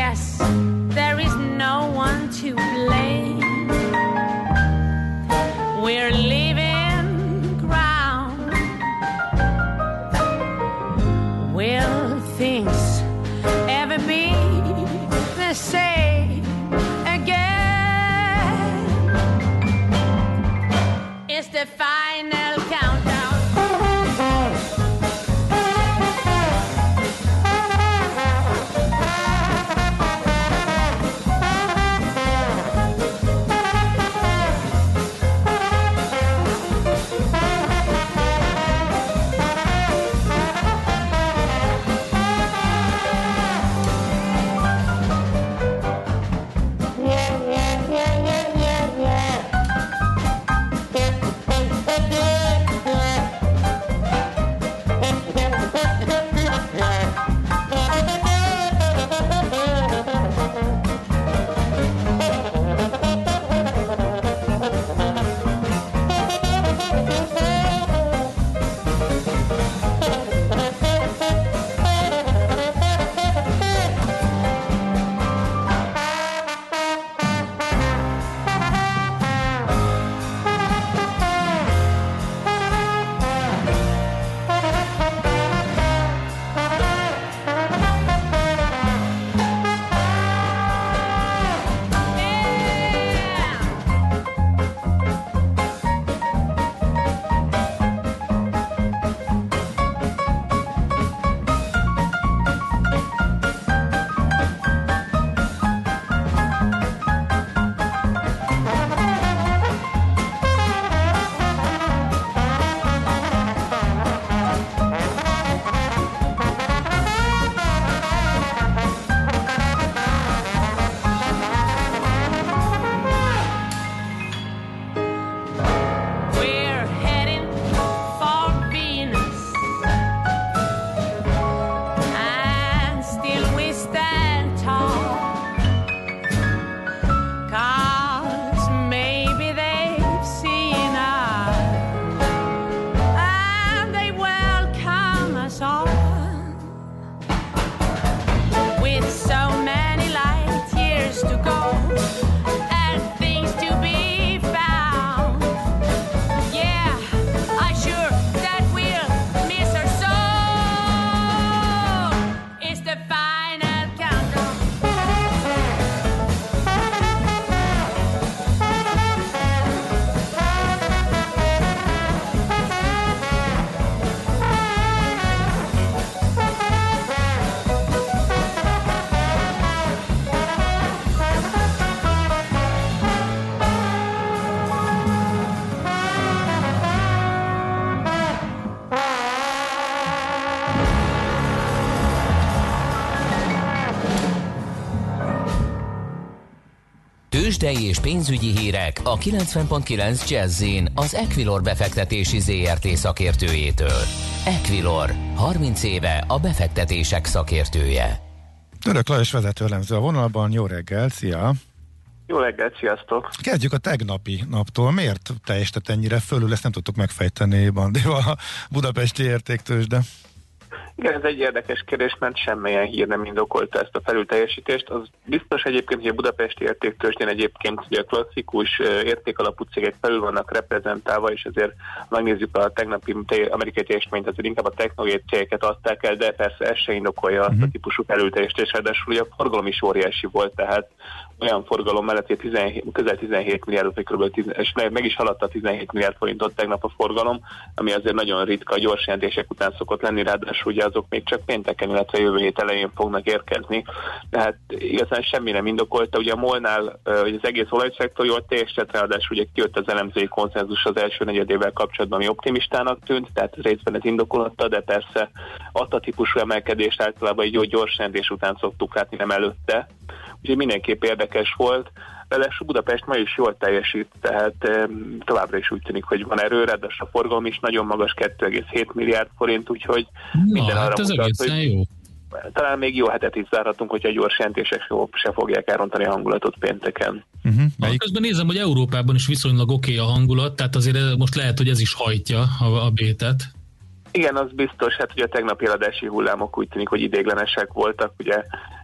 Tőzsdei és pénzügyi hírek a 90.9 Jazz-in az Equilor befektetési ZRT szakértőjétől. Equilor, 30 éve a befektetések szakértője. Török Lajos vezető elemző a vonalban, jó reggel, szia! Jó reggelt, sziasztok! Kezdjük a tegnapi naptól. Miért teljesített ennyire fölül? Ezt nem tudtuk megfejteni Bandival a budapesti értéktőzsde. Igen, ez egy érdekes kérdés, mert semmilyen hír nem indokolta ezt a felülteljesítést. Az biztos egyébként, hogy a budapesti értéktőzsdén egyébként ugye a klasszikus értékalapú cégek felül vannak reprezentálva, és azért megnézzük a tegnapi amerikai teljesítményt, azért inkább a technológiai cégeket adták el, de persze ez se indokolja azt a típusú felülteljesítést, ráadásul ugye a forgalom is óriási volt, tehát olyan forgalom mellett, hogy közel 17 milliárd, vagy kb. És meg is haladta 17 milliárd forintot tegnap a forgalom, ami azért nagyon ritka, a gyors jelentések után szokott lenni, ráadásul ugye azok még csak pénteken, illetve jövő hét elején fognak érkezni. Tehát igazán semmi nem indokolta. Ugye a MOL-nál hogy az egész olajszektor jól teljesített, ráadásul ugye kijött az elemzői konszenzus az első negyedével kapcsolatban, ami optimistának tűnt, tehát részben ez indokolta, de persze azt a típusú emelkedést általában egy jó gyors jelentés után szoktuk látni, nem előtte. Úgyhogy mindenképp érdekes volt. Ráadásul Budapest ma is jól teljesít, tehát továbbra is úgy tűnik, hogy van erő, ráadásul a forgalom is nagyon magas, 2,7 milliárd forint, úgyhogy minden arra mutat, hogy jó. Talán még jó hetet is zárhatunk, hogyha a gyors jelentések se fogják elrontani a hangulatot pénteken. Közben nézem, hogy Európában is viszonylag oké a hangulat, tehát azért most lehet, hogy ez is hajtja a bétet. Igen, az biztos, hát ugye a tegnapi eladási hullámok úgy tűnik, hogy ideiglenesek voltak, ugye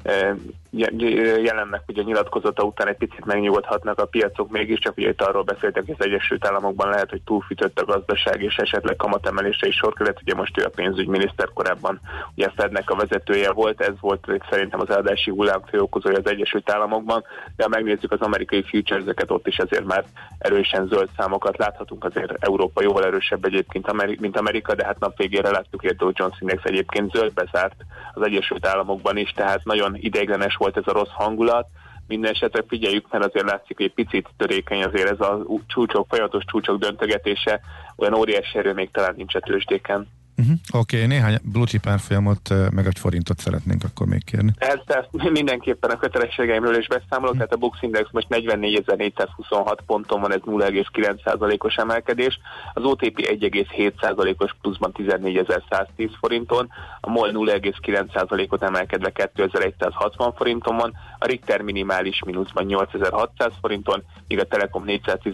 jelennek ugye nyilatkozata után egy picit megnyugodhatnak a piacok, mégiscsak ugye itt arról beszéltek, hogy az Egyesült Államokban lehet, hogy túlfűtött a gazdaság, és esetleg kamatemelésre is sor került, ugye most ő a pénzügyminiszter, korábban ugye Fednek a vezetője volt, ez volt szerintem az eladási hullám főokozója az Egyesült Államokban, de ha megnézzük az amerikai futureseket, ott is azért már erősen zöld számokat láthatunk, azért Európa jóval erősebb egyébként, mint Amerika, de hát napvégére láttuk, hogy a Dow Jones Index egyébként zöldbe zárt az Egyesült Államokban is, tehát nagyon ideiglenes volt ez a rossz hangulat. Minden esetre figyeljük, mert azért látszik, hogy egy picit törékeny azért ez a folyamatos csúcsok döntögetése, olyan óriási erő még talán nincs a tőzsdéken. Oké, néhány blue chip árfolyamot, meg egy forintot szeretnénk akkor még kérni. Ezt mindenképpen a kötelességeimről is beszámolok, tehát a Bux Index most 44.426 ponton van, ez 0,9%-os emelkedés, az OTP 1,7%-os pluszban 14.110 forinton, a MOL 0,9%-ot emelkedve 2.160 forinton van, a Richter minimális mínuszban 8.600 forinton, míg a Telekom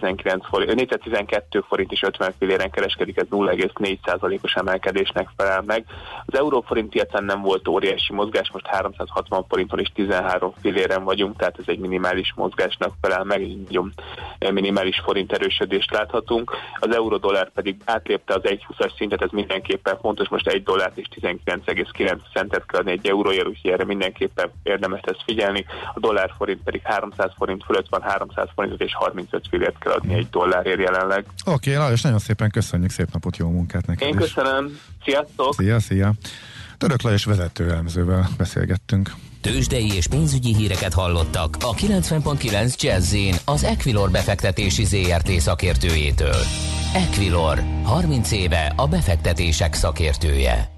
412 forint és 50 filléren kereskedik, ez 0,4%-os emelkedésnek felel meg. Az euróforint piacán nem volt óriási mozgás, most 360 forinton és 13 filléren vagyunk, tehát ez egy minimális mozgásnak felel meg, egy nagyon minimális forint erősödést láthatunk. Az euró-dollár pedig átlépte az 1,20-as szintet, ez mindenképpen fontos, most $1 és 19,9 centet kell adni egy euróért, úgyhogy erre mindenképpen érdemes ezt figyelni. A dollár-forint pedig 300 forint fölött van, 300 forintot és 35 fillért kell adni $1 jelenleg. Oké, Lajos, nagyon szépen köszönjük, szép napot, jó munkát neked. Én köszönöm. Sziasztok! Szia! Török Lajos vezető elemzővel beszélgettünk. Tőzsdei és pénzügyi híreket hallottak a 90.9 Jazz-in az Equilor befektetési ZRT szakértőjétől. Equilor, 30 éve a befektetések szakértője.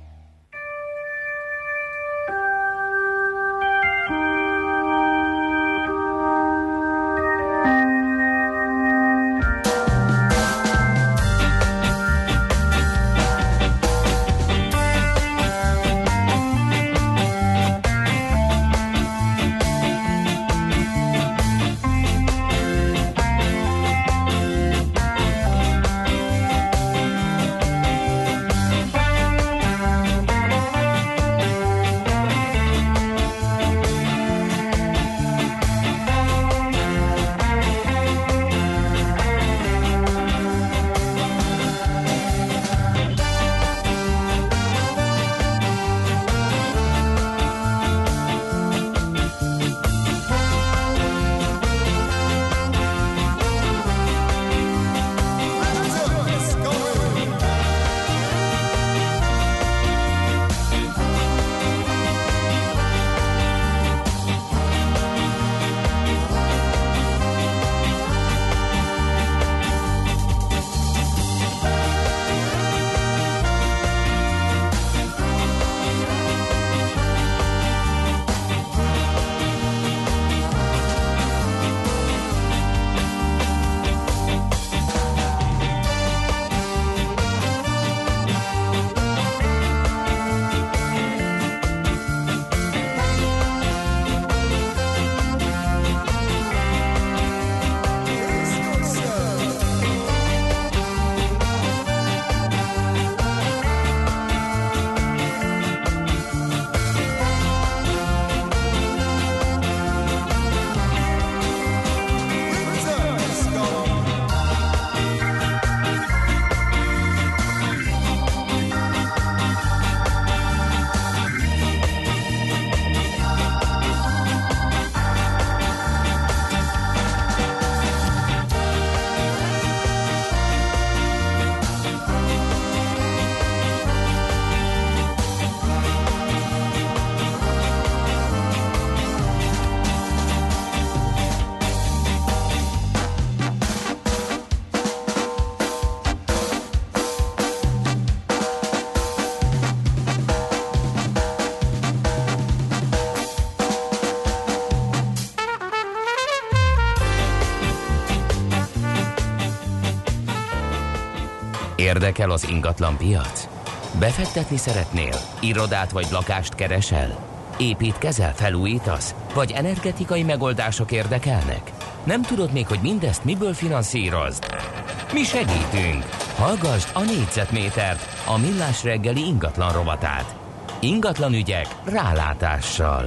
Érdekel az ingatlan piac? Befektetni szeretnél? Irodát vagy lakást keresel? Építkezel, felújítasz? Vagy energetikai megoldások érdekelnek? Nem tudod még, hogy mindezt miből finanszírozd? Mi segítünk! Hallgasd a Négyzetmétert, a Millás reggeli ingatlan rovatát. Ingatlan ügyek rálátással.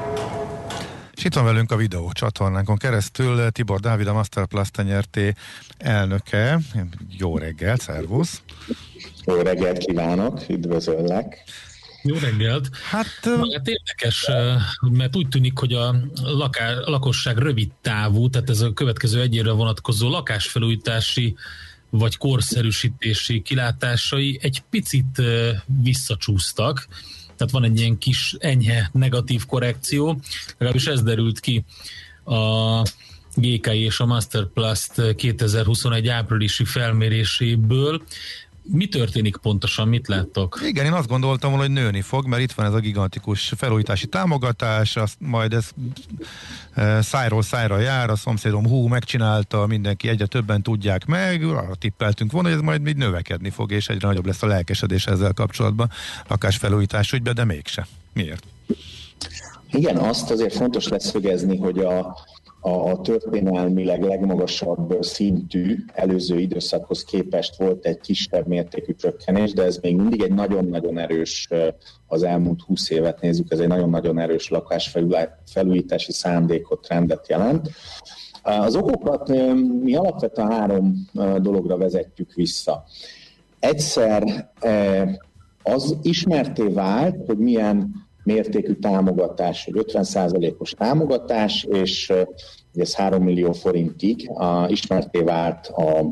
És itt van velünk a videó csatornánkon keresztül Tibor Dávid, a Masterplast Nyrt. elnöke. Jó reggelt, szervusz! Jó reggelt kívánok, üdvözöllek! Jó reggelt! Hát érdekes, mert úgy tűnik, hogy a lakosság rövid távú, tehát ez a következő egy évre vonatkozó lakásfelújítási vagy korszerűsítési kilátásai egy picit visszacsúsztak. Tehát van egy ilyen kis enyhe negatív korrekció, legalábbis ez derült ki a GKI és a Masterplast 2021 áprilisi felméréséből. Mi történik pontosan, mit láttok? Igen, én azt gondoltam volna, hogy nőni fog, mert itt van ez a gigantikus felújítási támogatás, azt majd ez szájról szájra jár, a szomszédom megcsinálta, mindenki egyre többen tudják meg, arra tippeltünk volna, hogy ez majd még növekedni fog, és egyre nagyobb lesz a lelkesedés ezzel kapcsolatban, lakásfelújítás ügyben, de mégse. Miért? Igen, azt azért fontos leszögezni, hogy a történelmileg legmagasabb szintű előző időszakhoz képest volt egy kisebb mértékű csökkenés, de ez még mindig egy nagyon-nagyon erős, az elmúlt 20 évet nézzük, ez egy nagyon-nagyon erős lakásfelújítási szándékot, trendet jelent. Az okokat mi alapvetően 3 dologra vezetjük vissza. Egyszer az ismertté vált, hogy milyen mértékű támogatás, hogy 50%-os támogatás, és ez 3 millió forintig ismerté vált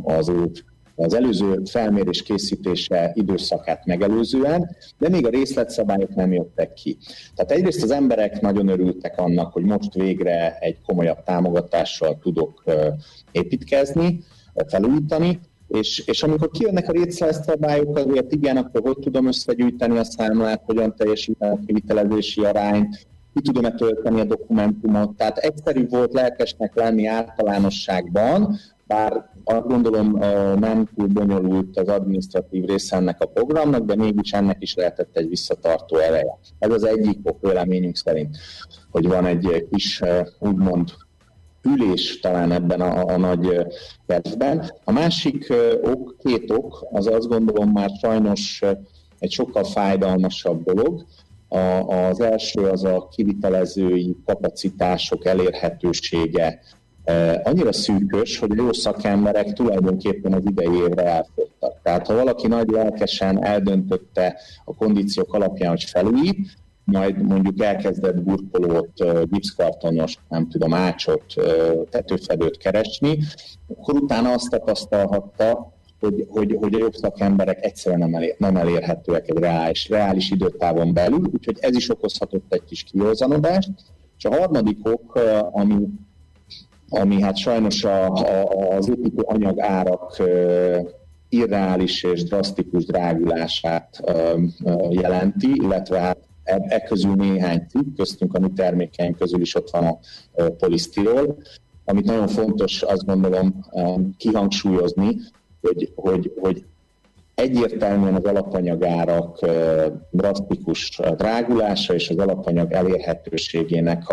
az előző felmérés készítése időszakát megelőzően, de még a részletszabályok nem jöttek ki. Tehát egyrészt az emberek nagyon örültek annak, hogy most végre egy komolyabb támogatással tudok építkezni, felújítani, és amikor kijönnek a részletszabályok, azért igen, akkor hogy tudom összegyűjteni a számlát, hogyan teljesítem a kivitelezési arányt, ki tudom-e tölteni a dokumentumot. Tehát egyszerű volt lelkesnek lenni általánosságban, bár azt gondolom nem túl bonyolult az adminisztratív része ennek a programnak, de mégis ennek is lehetett egy visszatartó ereje. Ez az egyik ok véleményünk szerint, hogy van egy kis úgymond ülés talán ebben a nagy tervben. A másik ok, 2 ok, az azt gondolom már sajnos egy sokkal fájdalmasabb dolog. Az első az a kivitelezői kapacitások elérhetősége annyira szűkös, hogy a jó szakemberek tulajdonképpen az idei évre elfogytak. Tehát ha valaki nagy lelkesen eldöntötte a kondíciók alapján, hogy felújít, majd mondjuk elkezdett burkolót, gipszkartonos, nem tudom, ácsot, tetőfedőt keresni, akkor utána azt tapasztalhatta, hogy a jobb szakemberek egyszerűen nem elérhetőek egy reális időtávon belül, úgyhogy ez is okozhatott egy kis kiózanodást. És a harmadik ok, ami hát sajnos az építő anyag árak irreális és drasztikus drágulását jelenti, illetve hát közül néhány cikk, köztünk a mi termékeink közül is ott van a polisztirol, amit nagyon fontos, azt gondolom kihangsúlyozni, hogy egyértelműen az alapanyagárak drasztikus drágulása és az alapanyag elérhetőségének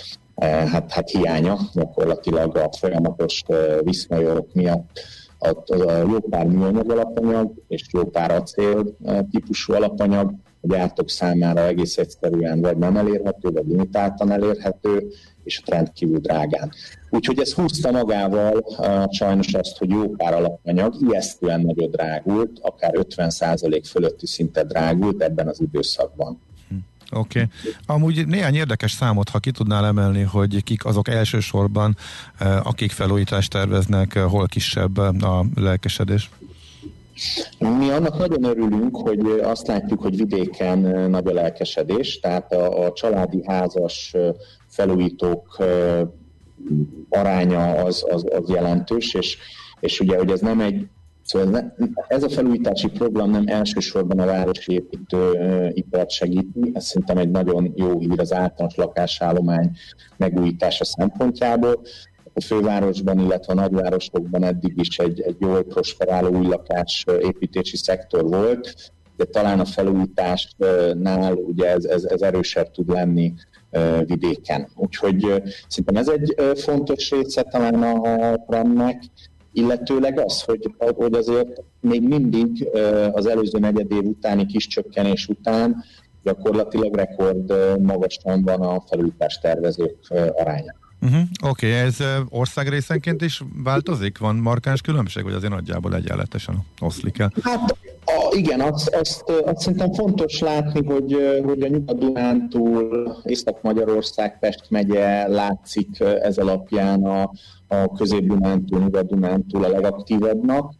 a hiánya, gyakorlatilag a folyamatos viszonyok miatt a jó pár műanyag alapanyag és jó pár acél típusú alapanyag a gyártók számára egész egyszerűen vagy nem elérhető, vagy limitáltan elérhető, és rendkívül drágán. Úgyhogy ez húzta magával sajnos azt, hogy jó pár alapanyag ijesztően nagyot drágult, akár 50% fölötti szinten drágult ebben az időszakban. Oké. Amúgy néhány érdekes számot, ha ki tudnál emelni, hogy kik azok elsősorban, akik felújítást terveznek, hol kisebb a lelkesedés? Mi annak nagyon örülünk, hogy azt látjuk, hogy vidéken nagy a lelkesedés, tehát a családi házas felújítók aránya az jelentős, és ugye, hogy ez nem egy, szóval ez a felújítási program nem elsősorban a városi építőipart segíti, ez szerintem egy nagyon jó hír az általános lakásállomány megújítása szempontjából. a fővárosban, illetve a nagyvárosokban eddig is egy jól prosperáló új lakás építési szektor volt, de talán a felújításnál ugye ez erősebb tud lenni vidéken. Úgyhogy szerintem ez egy fontos része talán a trendnek, illetőleg az, hogy azért még mindig az előző negyedév utáni kis csökkenés után gyakorlatilag rekord magasan van a felújítás tervezők aránya. Oké, ez országrészenként is változik? Van markáns különbség, vagy azért nagyjából egyenletesen oszlik el? Hát igen, azt szerintem fontos látni, hogy a Nyugat-Dunántúl, Észak-Magyarország, Pest megye látszik ez alapján a Közép-Dunántúl, Nyugat-Dunántúl a legaktívabbnak.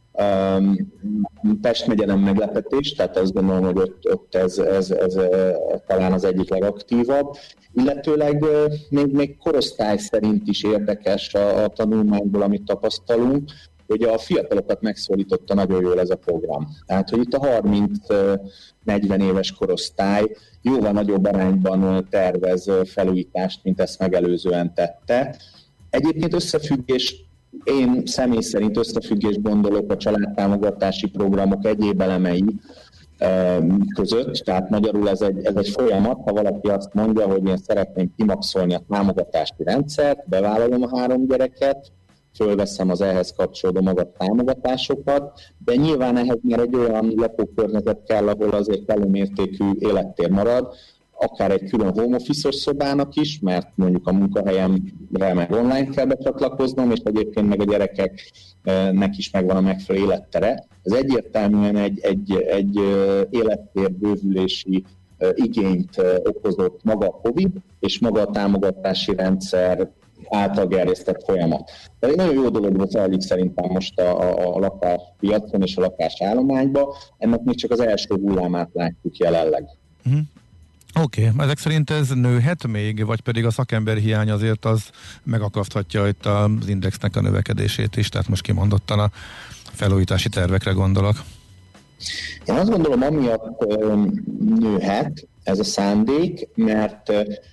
Pest megye nem meglepetés, tehát azt gondolom, hogy ott ez talán az egyik legaktívabb. Illetőleg még korosztály szerint is érdekes a tanulmányból, amit tapasztalunk, hogy a fiatalokat megszólította nagyon jól ez a program. Tehát, hogy itt a 30-40 éves korosztály jóval nagyobb arányban tervez felújítást, mint ezt megelőzően tette. Egyébként én személy szerint összefüggést gondolok a családtámogatási programok egyéb elemei között, tehát magyarul ez egy folyamat, ha valaki azt mondja, hogy én szeretném kimaxolni a támogatási rendszert, bevállalom a 3 gyereket, fölveszem az ehhez kapcsolódó magas támogatásokat, de nyilván ehhez már egy olyan lakókörnyezet kell, ahol azért kellő mértékű élettér marad, akár egy külön home office-os szobának is, mert mondjuk a munkahelyemre meg online kell becsatlakoznom, és egyébként meg a gyerekeknek is megvan a megfelelő élettere. Ez egyértelműen egy élettérbővülési igényt okozott maga a Covid, és maga a támogatási rendszer által gerjesztett folyamat. De egy nagyon jó dologra zajlik szerintem most a lakáspiacon és a lakásállományban, ennek még csak az első hullámát látjuk jelenleg. Oké, ezek szerint ez nőhet még, vagy pedig a szakember hiány azért az megakaszthatja itt az indexnek a növekedését is, tehát most kimondottan a felújítási tervekre gondolok. Én azt gondolom, amiatt nőhet ez a szándék, mert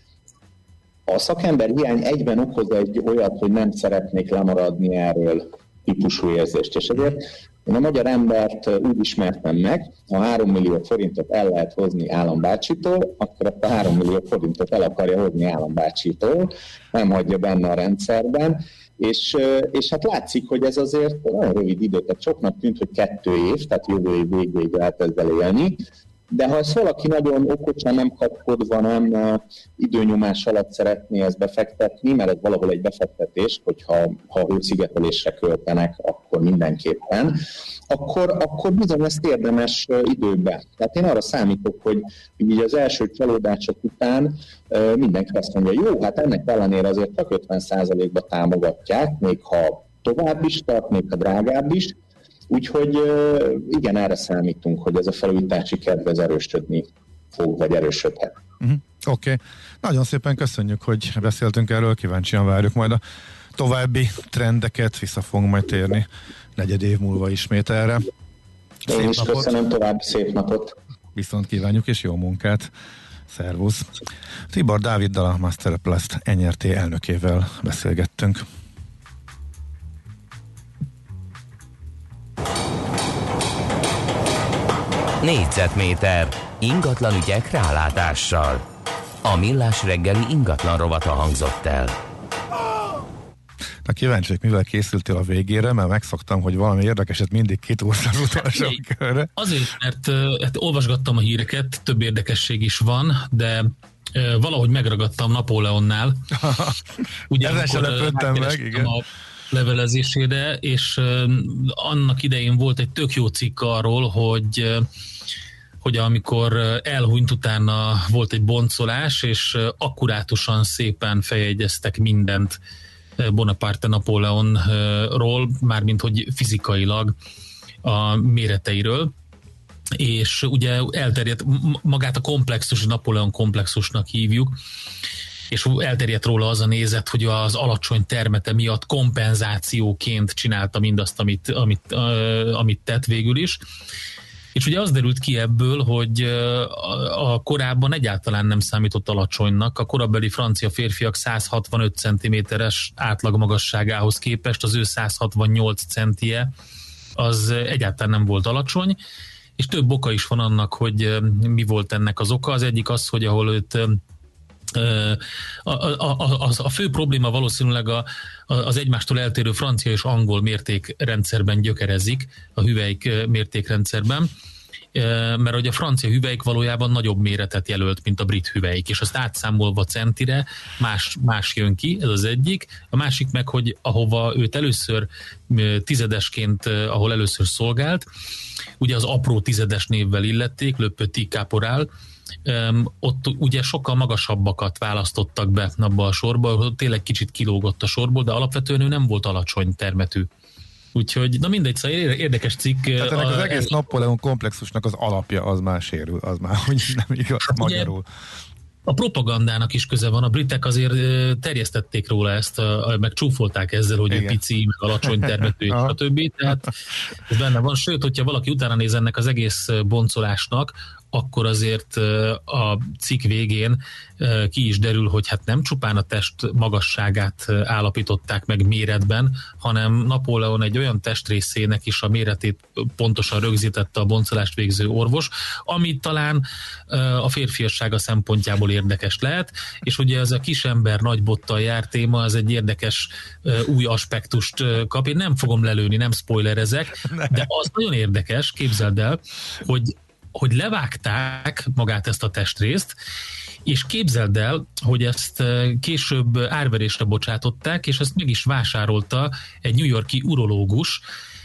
a szakember hiány egyben okoz egy olyat, hogy nem szeretnék lemaradni erről típusú érzést, és ezért én a magyar embert úgy ismertem meg, ha 3 millió forintot el lehet hozni állambácsitól, akkor azt a 3 millió forintot el akarja hozni állambácsitól, nem hagyja benne a rendszerben, és hát látszik, hogy ez azért nagyon rövid idő, tehát soknak tűnt, hogy 2 év, tehát jövő év végéig lehet ezzel élni, de ha ezt valaki nagyon okosan, nem kapkodva, nem időnyomás alatt szeretné ezt befektetni, mert ez valahol egy befektetés, hogyha hőszigetelésre költenek, akkor mindenképpen, akkor bizony ezt érdemes időbe. Tehát én arra számítok, hogy így az első csalódások után mindenki azt mondja, jó, hát ennek ellenére azért csak 50%-ba támogatják, még ha tovább is tart, még ha drágább is. Úgyhogy igen, erre számítunk, hogy ez a felújítási kedv erősödni fog, vagy erősödhet. Oké. Nagyon szépen köszönjük, hogy beszéltünk erről, kíváncsian várjuk majd a további trendeket, vissza fogunk majd térni 4 év múlva ismét erre. Én is köszönöm, további szép napot. Viszont kívánjuk, és jó munkát. Szervusz. Tibor Dáviddal, a Masterplast NRT elnökével beszélgettünk. Négyzetméter ingatlan ügyek rálátással. A Millás reggeli ingatlan rovata hangzott el. Na kíváncsi, mivel készültél a végére, mert megszoktam, hogy valami érdekeset mindig kitúrsz az utolsó körre. Azért, mert olvasgattam a híreket, több érdekesség is van, de valahogy megragadtam Napóleonnál. Ezen se lepődtem meg, igen. A levelezésére, és annak idején volt egy tök jó cikk arról, hogy amikor elhunyt, utána volt egy boncolás, és akkurátusan szépen feljegyeztek mindent Bonaparte Napóleonról, mármint hogy fizikailag a méreteiről, és ugye elterjedt magát a komplexus, Napóleon komplexusnak hívjuk, és elterjedt róla az a nézet, hogy az alacsony termete miatt kompenzációként csinálta mindazt, amit tett végül is. És ugye az derült ki ebből, hogy a korábban egyáltalán nem számított alacsonynak. A korabeli francia férfiak 165 cm-es átlagmagasságához képest az ő 168 centie az egyáltalán nem volt alacsony, és több oka is van annak, hogy mi volt ennek az oka. Az egyik az, hogy ahol őt a fő probléma valószínűleg az egymástól eltérő francia és angol mértékrendszerben gyökerezik, a hüvelyk mértékrendszerben, mert hogy a francia hüvelyk valójában nagyobb méretet jelölt, mint a brit hüvelyk, és azt átszámolva centire más jön ki, ez az egyik. A másik meg, hogy ahova őt először tizedesként, ahol először szolgált, ugye az apró tizedes névvel illették, Le Petit Caporal, ott ugye sokkal magasabbakat választottak be abba a sorba, hogy tényleg kicsit kilógott a sorból, de alapvetően ő nem volt alacsony termetű. Úgyhogy, na mindegy, szóval érdekes cikk. Tehát ennek az egész Napóleon komplexusnak az alapja az már sérül, az már hogy nem igaz magyarul. A propagandának is köze van, a britek azért terjesztették róla ezt, meg csúfolták ezzel, hogy ő pici, meg alacsony termetű, és a többi, tehát ez benne van. Sőt, hogyha valaki utána néz ennek az egész boncolásnak, akkor azért a cikk végén ki is derül, hogy hát nem csupán a test magasságát állapították meg méretben, hanem Napóleon egy olyan testrészének is a méretét pontosan rögzítette a boncolást végző orvos, ami talán a férfiassága szempontjából érdekes lehet, és ugye ez a kisember nagy bottal jár téma, az egy érdekes új aspektust kap. Én nem fogom lelőni, nem spoilerezek, de az nagyon érdekes, képzeld el, hogy levágták magát ezt a testrészt, és képzeld el, hogy ezt később árverésre bocsátották, és ezt meg is vásárolta egy New York-i urológus,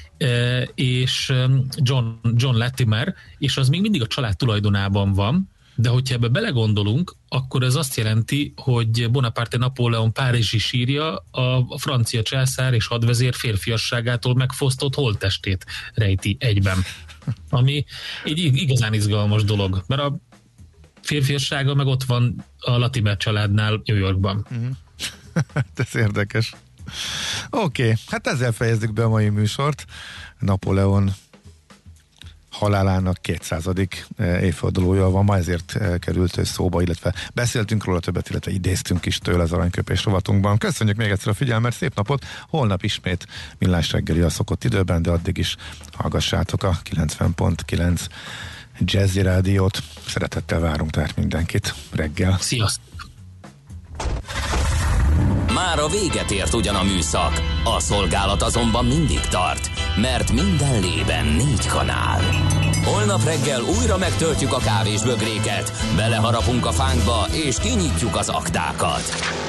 és John Latimer, és az még mindig a család tulajdonában van, de hogyha ebbe belegondolunk, akkor ez azt jelenti, hogy Bonaparte Napóleon párizsi sírja a francia császár és hadvezér férfiasságától megfosztott holttestét rejti egyben. Ami egy igazán izgalmas dolog, mert a férfiassága meg ott van a Latimer családnál New Yorkban. Ez érdekes. Oké, hát ezzel fejezzük be a mai műsort. Napóleon halálának 200. évfordulója van ma, ezért került szóba, illetve beszéltünk róla többet, illetve idéztünk is tőle az aranyköpés rovatunkban. Köszönjük még egyszer a figyelmet, szép napot! Holnap ismét Millás reggeli a szokott időben, de addig is hallgassátok a 90.9 Jazzy Rádiót. Szeretettel várunk tehát mindenkit reggel. Sziasztok! Már a véget ért ugyan a műszak, a szolgálat azonban mindig tart, mert minden lében 4 kanál. Holnap reggel újra megtöltjük a kávésbögréket, beleharapunk a fánkba és kinyitjuk az aktákat.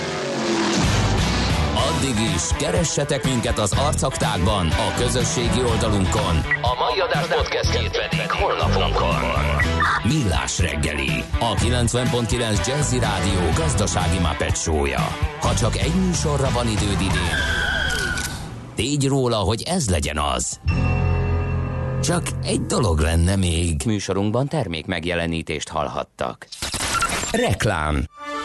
Addig is keressetek minket az arcaktákban, a közösségi oldalunkon. A mai adás podcastjét pedig honlapunkon. Millás reggeli, a 90.9 Jazzy Rádió gazdasági Muppet show-ja. Ha csak egy műsorra van időd idén, tégy róla, hogy ez legyen az. Csak egy dolog lenne még. Műsorunkban termék megjelenítést hallhattak. Reklám.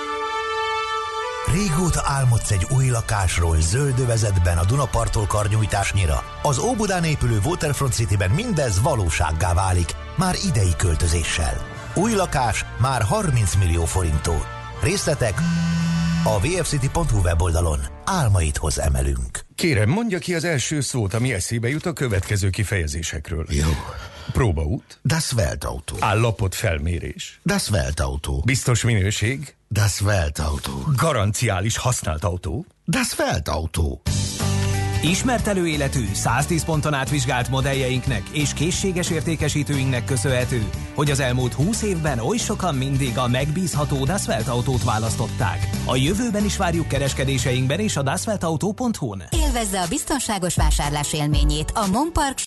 Régóta álmodsz egy új lakásról zöld övezetben a Dunaparttól karnyújtásnyira. Az Óbudán épülő Waterfront Cityben mindez valósággá válik, már idei költözéssel. Új lakás már 30 millió forintól. Részletek a vfcity.hu weboldalon. Álmaidhoz emelünk. Kérem, mondja ki az első szót, ami eszébe jut a következő kifejezésekről. Jó. Próbaút. Das Weltauto. Állapot felmérés. Das Weltauto. Biztos minőség. Das Weltauto. Garanciális használt autó. Das Weltauto. Ismert előéletű, 110 ponton átvizsgált modelljeinknek és készséges értékesítőinknek köszönhető, hogy az elmúlt 20 évben oly sokan mindig a megbízható Das Weltautót választották. A jövőben is várjuk kereskedéseinkben és a dasweltauto.hu-n. Élvezze a biztonságos vásárlás élményét a Monpark